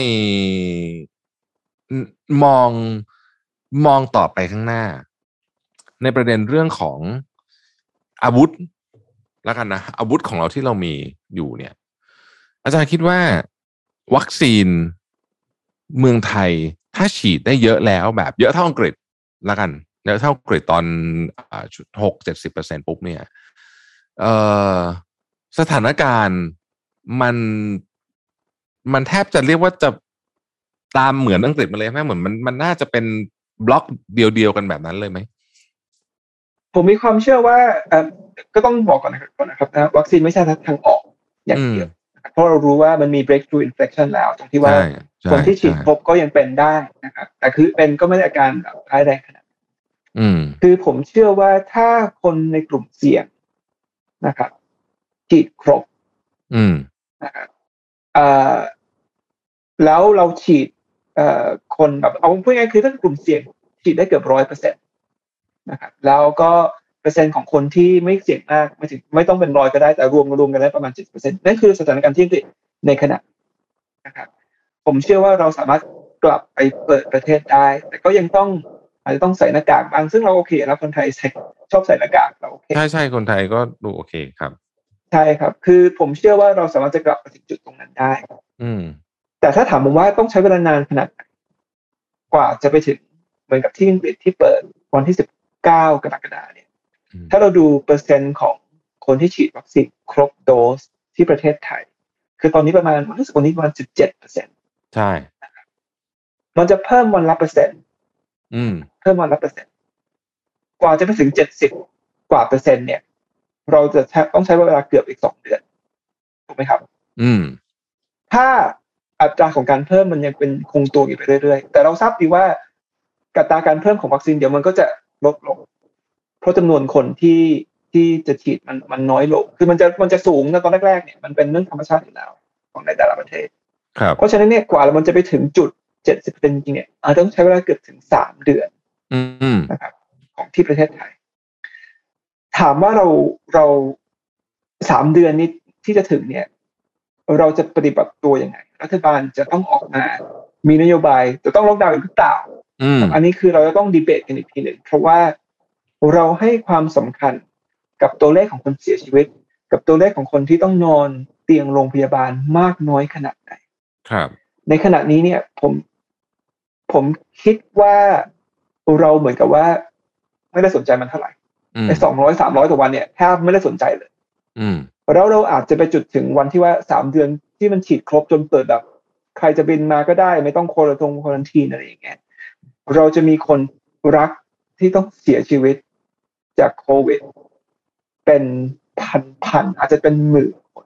มองมองต่อไปข้างหน้าในประเด็นเรื่องของอาวุธแล้วกันนะอาวุธของเราที่เรามีอยู่เนี่ยอาจารย์คิดว่าวัคซีนเมืองไทยถ้าฉีดได้เยอะแล้วแบบเยอะเท่าอังกฤษแล้วกันเยอะเท่าอังกฤษตอนหกเจ็ดสิบเปอร์เซ็นต์ปุ๊บเนี่ยเอ่อสถานการณ์มันมันแทบจะเรียกว่าจะตามเหมือนอังกฤษมาเลยไหมเหมือนมันมันน่าจะเป็นบล็อกเดียวๆกันแบบนั้นเลยไหมผมมีความเชื่อว่าเอ่อก็ต้องบอกก่อนนะครับก่อนนะครับนะวัคซีนไม่ใช่ทางออกอย่างเดียวเพราะเรารู้ว่ามันมี breakthrough infection แล้วตรงที่ว่าคนที่ฉีดครบก็ยังเป็นได้นะครับแต่คือเป็นก็ไม่ได้อาการแบบร้ายแรงขนาดนั้นคือผมเชื่อว่าถ้าคนในกลุ่มเสี่ยงนะครับฉีดครบนะครับเอ่อแล้วเราฉีดเอ่อคนแบบเอาพูดง่ายๆคือถ้ากลุ่มเสี่ยงฉีดได้เกือบร้อยเปอร์เซ็นต์นะครับแล้วก็เปอร์เซ็นต์ของคนที่ไม่เสี่ยงมากไม่ถึงไม่ต้องเป็นร้อยก็ได้แต่รวมรวมกันได้ประมาณ เจ็ดเปอร์เซ็นต์ นั่นคือสถานการณ์ที่อังกฤษในขณะนะครับผมเชื่อว่าเราสามารถกลับไปเปิดประเทศได้แต่ก็ยังต้องอาจจะต้องใส่หน้ากากบางซึ่งเราโอเคแล้วคนไทยใส่ชอบใส่หน้ากากเราโอเคใช่ๆคนไทยก็ดูโอเคครับใช่ครับคือผมเชื่อว่าเราสามารถจะกลับไปถึงจุดตรงนั้นได้อืมแต่ถ้าถามผมว่าต้องใช้เวลานานขนาดไหนกว่าจะไปถึงเหมือนกับที่อังกฤษที่เปิดวันที่สิบเก้ากรกฎาคมเนี่ยถ้าเราดูเปอร์เซ็นต์ของคนที่ฉีดวัคซีนครบโดสที่ประเทศไทยคือตอนนี้ประมาณรู้สึกวันนี้ประมาณ สิบเจ็ดเปอร์เซ็นต์ใช่มันจะเพิ่มวันละเปอร์เซ็นต์อืมเพิ่มวันละเปอร์เซ็นต์กว่าจะไปถึงเจ็ดสิบกว่าเปอร์เซ็นต์เนี่ยเราจะต้องใช้เวลาเกือบอีกสองเดือนถูกไหมครับอืมถ้าอัตราของการเพิ่มมันยังเป็นคงตัวอยู่ไปเรื่อยๆแต่เราทราบดีว่าอัตราการเพิ่มของวัคซีนเดี๋ยวมันก็จะลดลงเพราะจำนวนคนที่ที่จะฉีดมันมันน้อยลงคือมันจะมันจะสูงในตอนแรกๆเนี่ยมันเป็นเรื่องธรรมชาติอยู่แล้วของในแต่ละประเทศครับเพราะฉะนั้นเนี่ยกว่ามันจะไปถึงจุด เจ็ดสิบเปอร์เซ็นต์ จริงๆเนี่ยอาจจะต้องใช้เวลาเกือบถึงสามเดือนอืมนะครับของที่ประเทศไทยถามว่าเราเราสามเดือนนี้ที่จะถึงเนี่ยเราจะปฏิบัติตัวยังไงรัฐบาลจะต้องออกมามีนโยบายจะต้องล็อกดาวน์หรือเปล่าอันนี้คือเราจะต้องดีเบตกันอีกทีหนึ่งเพราะว่าเราให้ความสำคัญกับตัวเลขของคนเสียชีวิตกับตัวเลขของคนที่ต้องนอนเตียงโรงพยาบาลมากน้อยขนาดไหนครับในขณะนี้เนี่ยผมผมคิดว่าเราเหมือนกับว่าไม่ได้สนใจมันเท่าไหร่ไอ้สองร้อยสามร้อยต่อวันเนี่ยแทบไม่ได้สนใจเลยแล้วเราอาจจะไปจุดถึงวันที่ว่าสามเดือนที่มันฉีดครบจนเปิดแบบใครจะบินมาก็ได้ไม่ต้องโควอรันทีนโควอรันทีนอะไรอย่างเงี้ยเราจะมีคนรักที่ต้องเสียชีวิตจากโควิดเป็นพันๆอาจจะเป็นหมื่นคน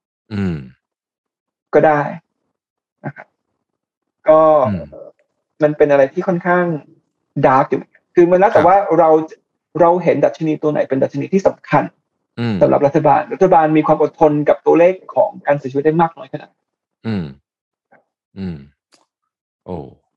ก็ได้นะครับก็มันเป็นอะไรที่ค่อนข้างดาร์กอยู่คือมันแล้วแต่ว่าเราเราเห็นดัชนีตัวไหนเป็นดัชนีที่สำคัญสำหรับรัฐบาลรัฐบาลมีความอดทนกับตัวเลขของการเสียชีวิตได้มากน้อยขนาดอืมอืมโอ้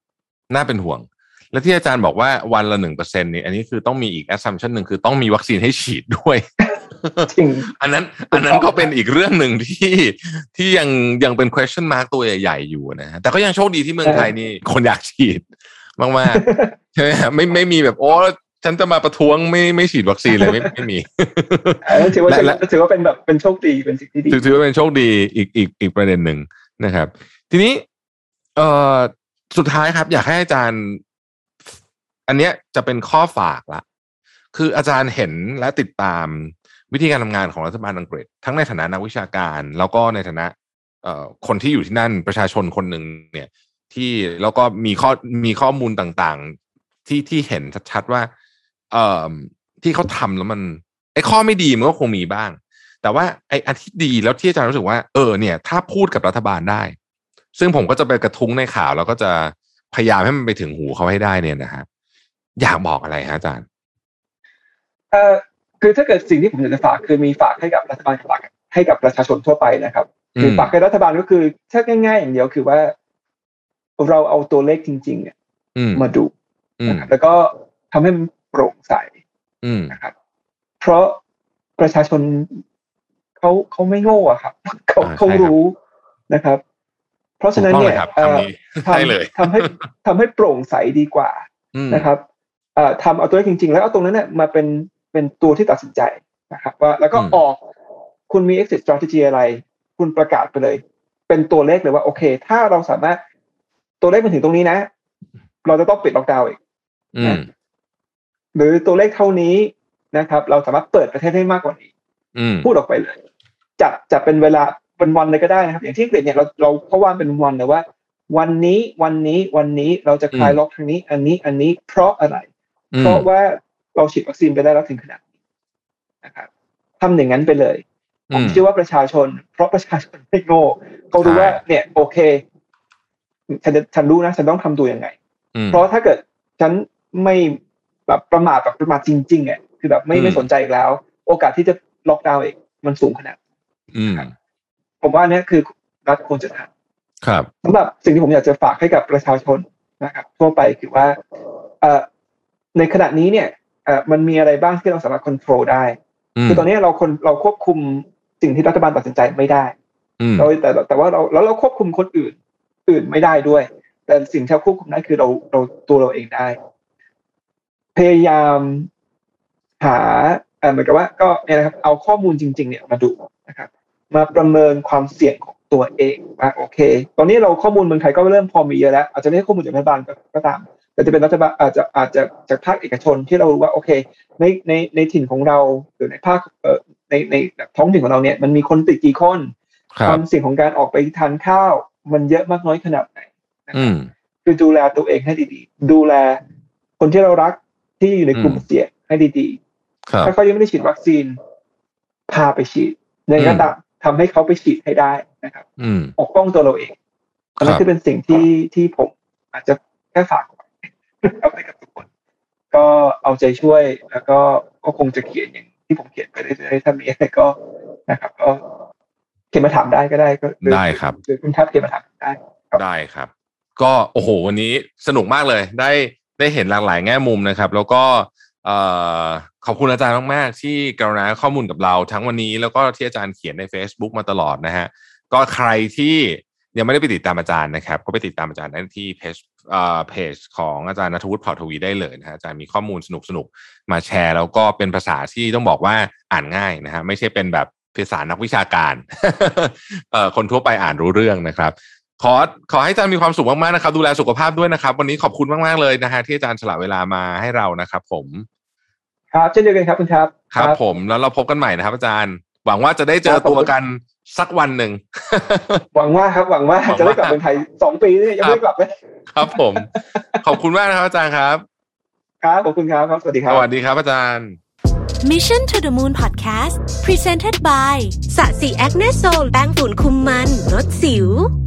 น่าเป็นห่วงและที่อาจารย์บอกว่าวันละ หนึ่งเปอร์เซ็นต์ นี่อันนี้คือต้องมีอีก assumption นึงคือต้องมีวัคซีนให้ฉีดด้วยจริงอันนั้นอันนั้นก็เป็นอีกเรื่องนึงที่ที่ยังยังเป็น question mark ตัวใหญ่ๆอยู่นะฮะแต่ก็ยังโชคดีที่เมืองไทยนี่คนอยากฉีดมากๆใช่ไหมไม่ไม่มีแบบโอ้ฉันจะมาประท้วงไม่ไม่ฉีดวัคซีนเลยไม่ไม่มีถือว่าถือว่าเป็นแบบเป็นโชคดีเป็นสิ่งที่ดีถือว่าเป็นโชคดีอีกอีกอีกประเด็นหนึ่งนะครับทีนี้เอ่อสุดท้ายครับอยากให้อาจารย์อันเนี้ยจะเป็นข้อฝากละคืออาจารย์เห็นและติดตามวิธีการทำงานของรัฐบาลอังกฤษทั้งในฐานะนักวิชาการแล้วก็ในฐานะเอ่อคนที่อยู่ที่นั่นประชาชนคนหนึ่งเนี่ยที่แล้วก็มีข้อมีข้อมูลต่างๆที่ที่เห็นชัดๆว่าเอ่อที่เขาทำแล้วมันไอ้ข้อไม่ดีมันก็คงมีบ้างแต่ว่าไอ้อันที่ดีแล้วที่อาจารย์รู้สึกว่าเออเนี่ยถ้าพูดกับรัฐบาลได้ซึ่งผมก็จะไปกระทุ้งในข่าวแล้วก็จะพยายามให้มันไปถึงหูเขาให้ได้เนี่ยนะฮะอยากบอกอะไรฮะอาจารย์เอ่อคือถ้าเกิดสิ่งที่ผมอยากจะฝากคือมีฝากให้กับรัฐบาลฝากให้กับประชาชนทั่วไปนะครับคือฝากให้รัฐบาลก็คือถ้าง่ายๆอย่างเดียวคือว่าเราเอาตัวเลขจริงๆเนี่ยมาดูนะครับแล้วก็ทำให้มันโปร่งใสนะครับเพราะประชาชนเขาเขาไม่โง่อะครับเขาเขารู้นะครับเพราะฉะนั้นเนี่ยทำทำให้ทำให้โปร่งใสดีกว่านะครับทำเอาตัวเลขจริงๆแล้วเอาตรงนั้นเนี่ยมาเป็นเป็นตัวที่ตัดสินใจนะครับว่าแล้วก็ออกคุณมี exit strategy อะไรคุณประกาศไปเลยเป็นตัวเลขเลยว่าโอเคถ้าเราสามารถตัวเลขมันถึงตรงนี้นะเราจะต้องปิดล็อกดาวน์อีกนะหรือตัวเลขเท่านี้นะครับเราสามารถเปิดประเทศให้มากกว่านี้พูดออกไปเลยจัดจะเป็นเวลาเป็นวันเลยก็ได้นะครับอย่างที่อังกฤษเนี่ยเราเราเขาว่าเป็นวันเลยว่าวันนี้วันนี้วันนี้เราจะคลายล็อกทางนี้อันนี้อันนี้เพราะอะไรเพราะว่าเราฉีดวัคซีนไปได้แล้วถึงขนาดนี้นะครับทำอย่างนั้นไปเลยผมเชื่อว่าประชาชนเพราะประชาชนไม่โง่เขารู้ว่าเนี่ยโอเคฉันฉันรู้นะฉันต้องทำตัวยังไงเพราะถ้าเกิดฉันไม่แบบประมาทแบบประมาทจริงๆอ่ะคือแบบไม่ไม่สนใจอีกแล้วโอกาสที่จะล็อกดาวน์อีกมันสูงขนาดผมว่าเนี่ยคือรัฐควรจะทำครับสำหรับสิ่งที่ผมอยากจะฝากให้กับประชาชนนะครับทั่วไปคือว่าเอ่อในขณะนี้เนี่ยเอ่อมันมีอะไรบ้างที่เราสามารถควบคุมได้คือตอนนี้เราคนเราควบคุมสิ่งที่รัฐบาลตัดสินใจไม่ได้เราแต่แต่ว่าเราแล้วเราควบคุมคนอื่นอื่นไม่ได้ด้วยแต่สิ่งที่เราควบคุมได้คือเราเราตัวเราเองได้พยายามหาเอ่อเหมือนกับว่าก็เนี่ยนะครับเอาข้อมูลจริงๆเนี่ยมาดูนะครับมาประเมินความเสี่ยงของตัวเองว่าโอเคตอนนี้เราข้อมูลเมืองไทยก็เริ่มพอมีเยอะแล้วอาจจะไม่ใช่ข้อมูลจากรัฐบาลก็ตามแต่จะเป็นรัฐบาลอาจจะอาจจะจากภาคเอกชนที่เรารู้ว่าโอเคในในในถิ่นของเราหรือในภาคเอ่อในในท้องถิ่นของเราเนี่ยมันมีคนติดกี่คนความเสี่ยงของการออกไปทานข้าวมันเยอะมากน้อยขนาดไหนคือดูแลตัวเองให้ดีๆดูแลคนที่เรารักที่อยู่ในกลุ่มเสี่ยงให้ดีๆถ้าเขายังไม่ได้ฉีดวัคซีนพาไปฉีดอย่างนั้นทำให้เขาไปฉีดให้ได้นะครับปกป้องตัวเราเองอันนั้นคือเป็นสิ่งที่ที่ผมอาจจะแค่ฝากเอาไปกับทุกคนก็เอาใจช่วยแล้วก็ก็คงจะเขียนอย่างที่ผมเขียนไปเรื่อยๆถ้ามีอะไรก็นะครับก็เขียนมาถามได้ก็ได้ก็ได้ครับหรือคุณทัพเขียนมาถามได้ได้ครับก็โอ้โหวันนี้สนุกมากเลยได้ได้เห็นหลากหลายแง่มุมนะครับแล้วก็เอ่อขอบคุณอาจารย์มากๆที่กรุณาข้อมูลกับเราทั้งวันนี้แล้วก็ที่อาจารย์เขียนใน Facebook มาตลอดนะฮะก็ใครที่ยังไม่ได้ไปติดตามอาจารย์นะครับก็ไปติดตามอาจารย์ได้ที่เพจเอ่อเพจของอาจารย์ณัฐวุฒิ เผ่าทวีได้เลยนะฮะอาจารย์มีข้อมูลสนุกๆมาแชร์แล้วก็เป็นภาษาที่ต้องบอกว่าอ่านง่ายนะฮะไม่ใช่เป็นแบบภาษานักวิชาการ เอ่อคนทั่วไปอ่านรู้เรื่องนะครับขอขอให้อาจารย์มีความสุขมากๆนะครับดูแลสุขภาพด้วยนะครับวันนี้ขอบคุณมากๆเลยนะฮะที่อาจารย์สละเวลามาให้เรานะครับผมครับเช่นเดียวกันครับคุณครับครับผมแล้วเราพบกันใหม่นะครับอาจารย์หวังว่าจะได้เจอตัวกันสักวันหนึ่งหวังว่าครับหวังว่าจะได้กลับเมืองไทยสองปีนี่ยังไม่ได้กลับเลยครับผมขอบคุณมากนะครับอาจารย์ครับครับขอบคุณครับสวัสดีครับสวัสดีครับอาจารย์ Mission to the Moon Podcast Presented by สะสีแอคเนสโซลแป้งฝุ่นคุมมันลดสิว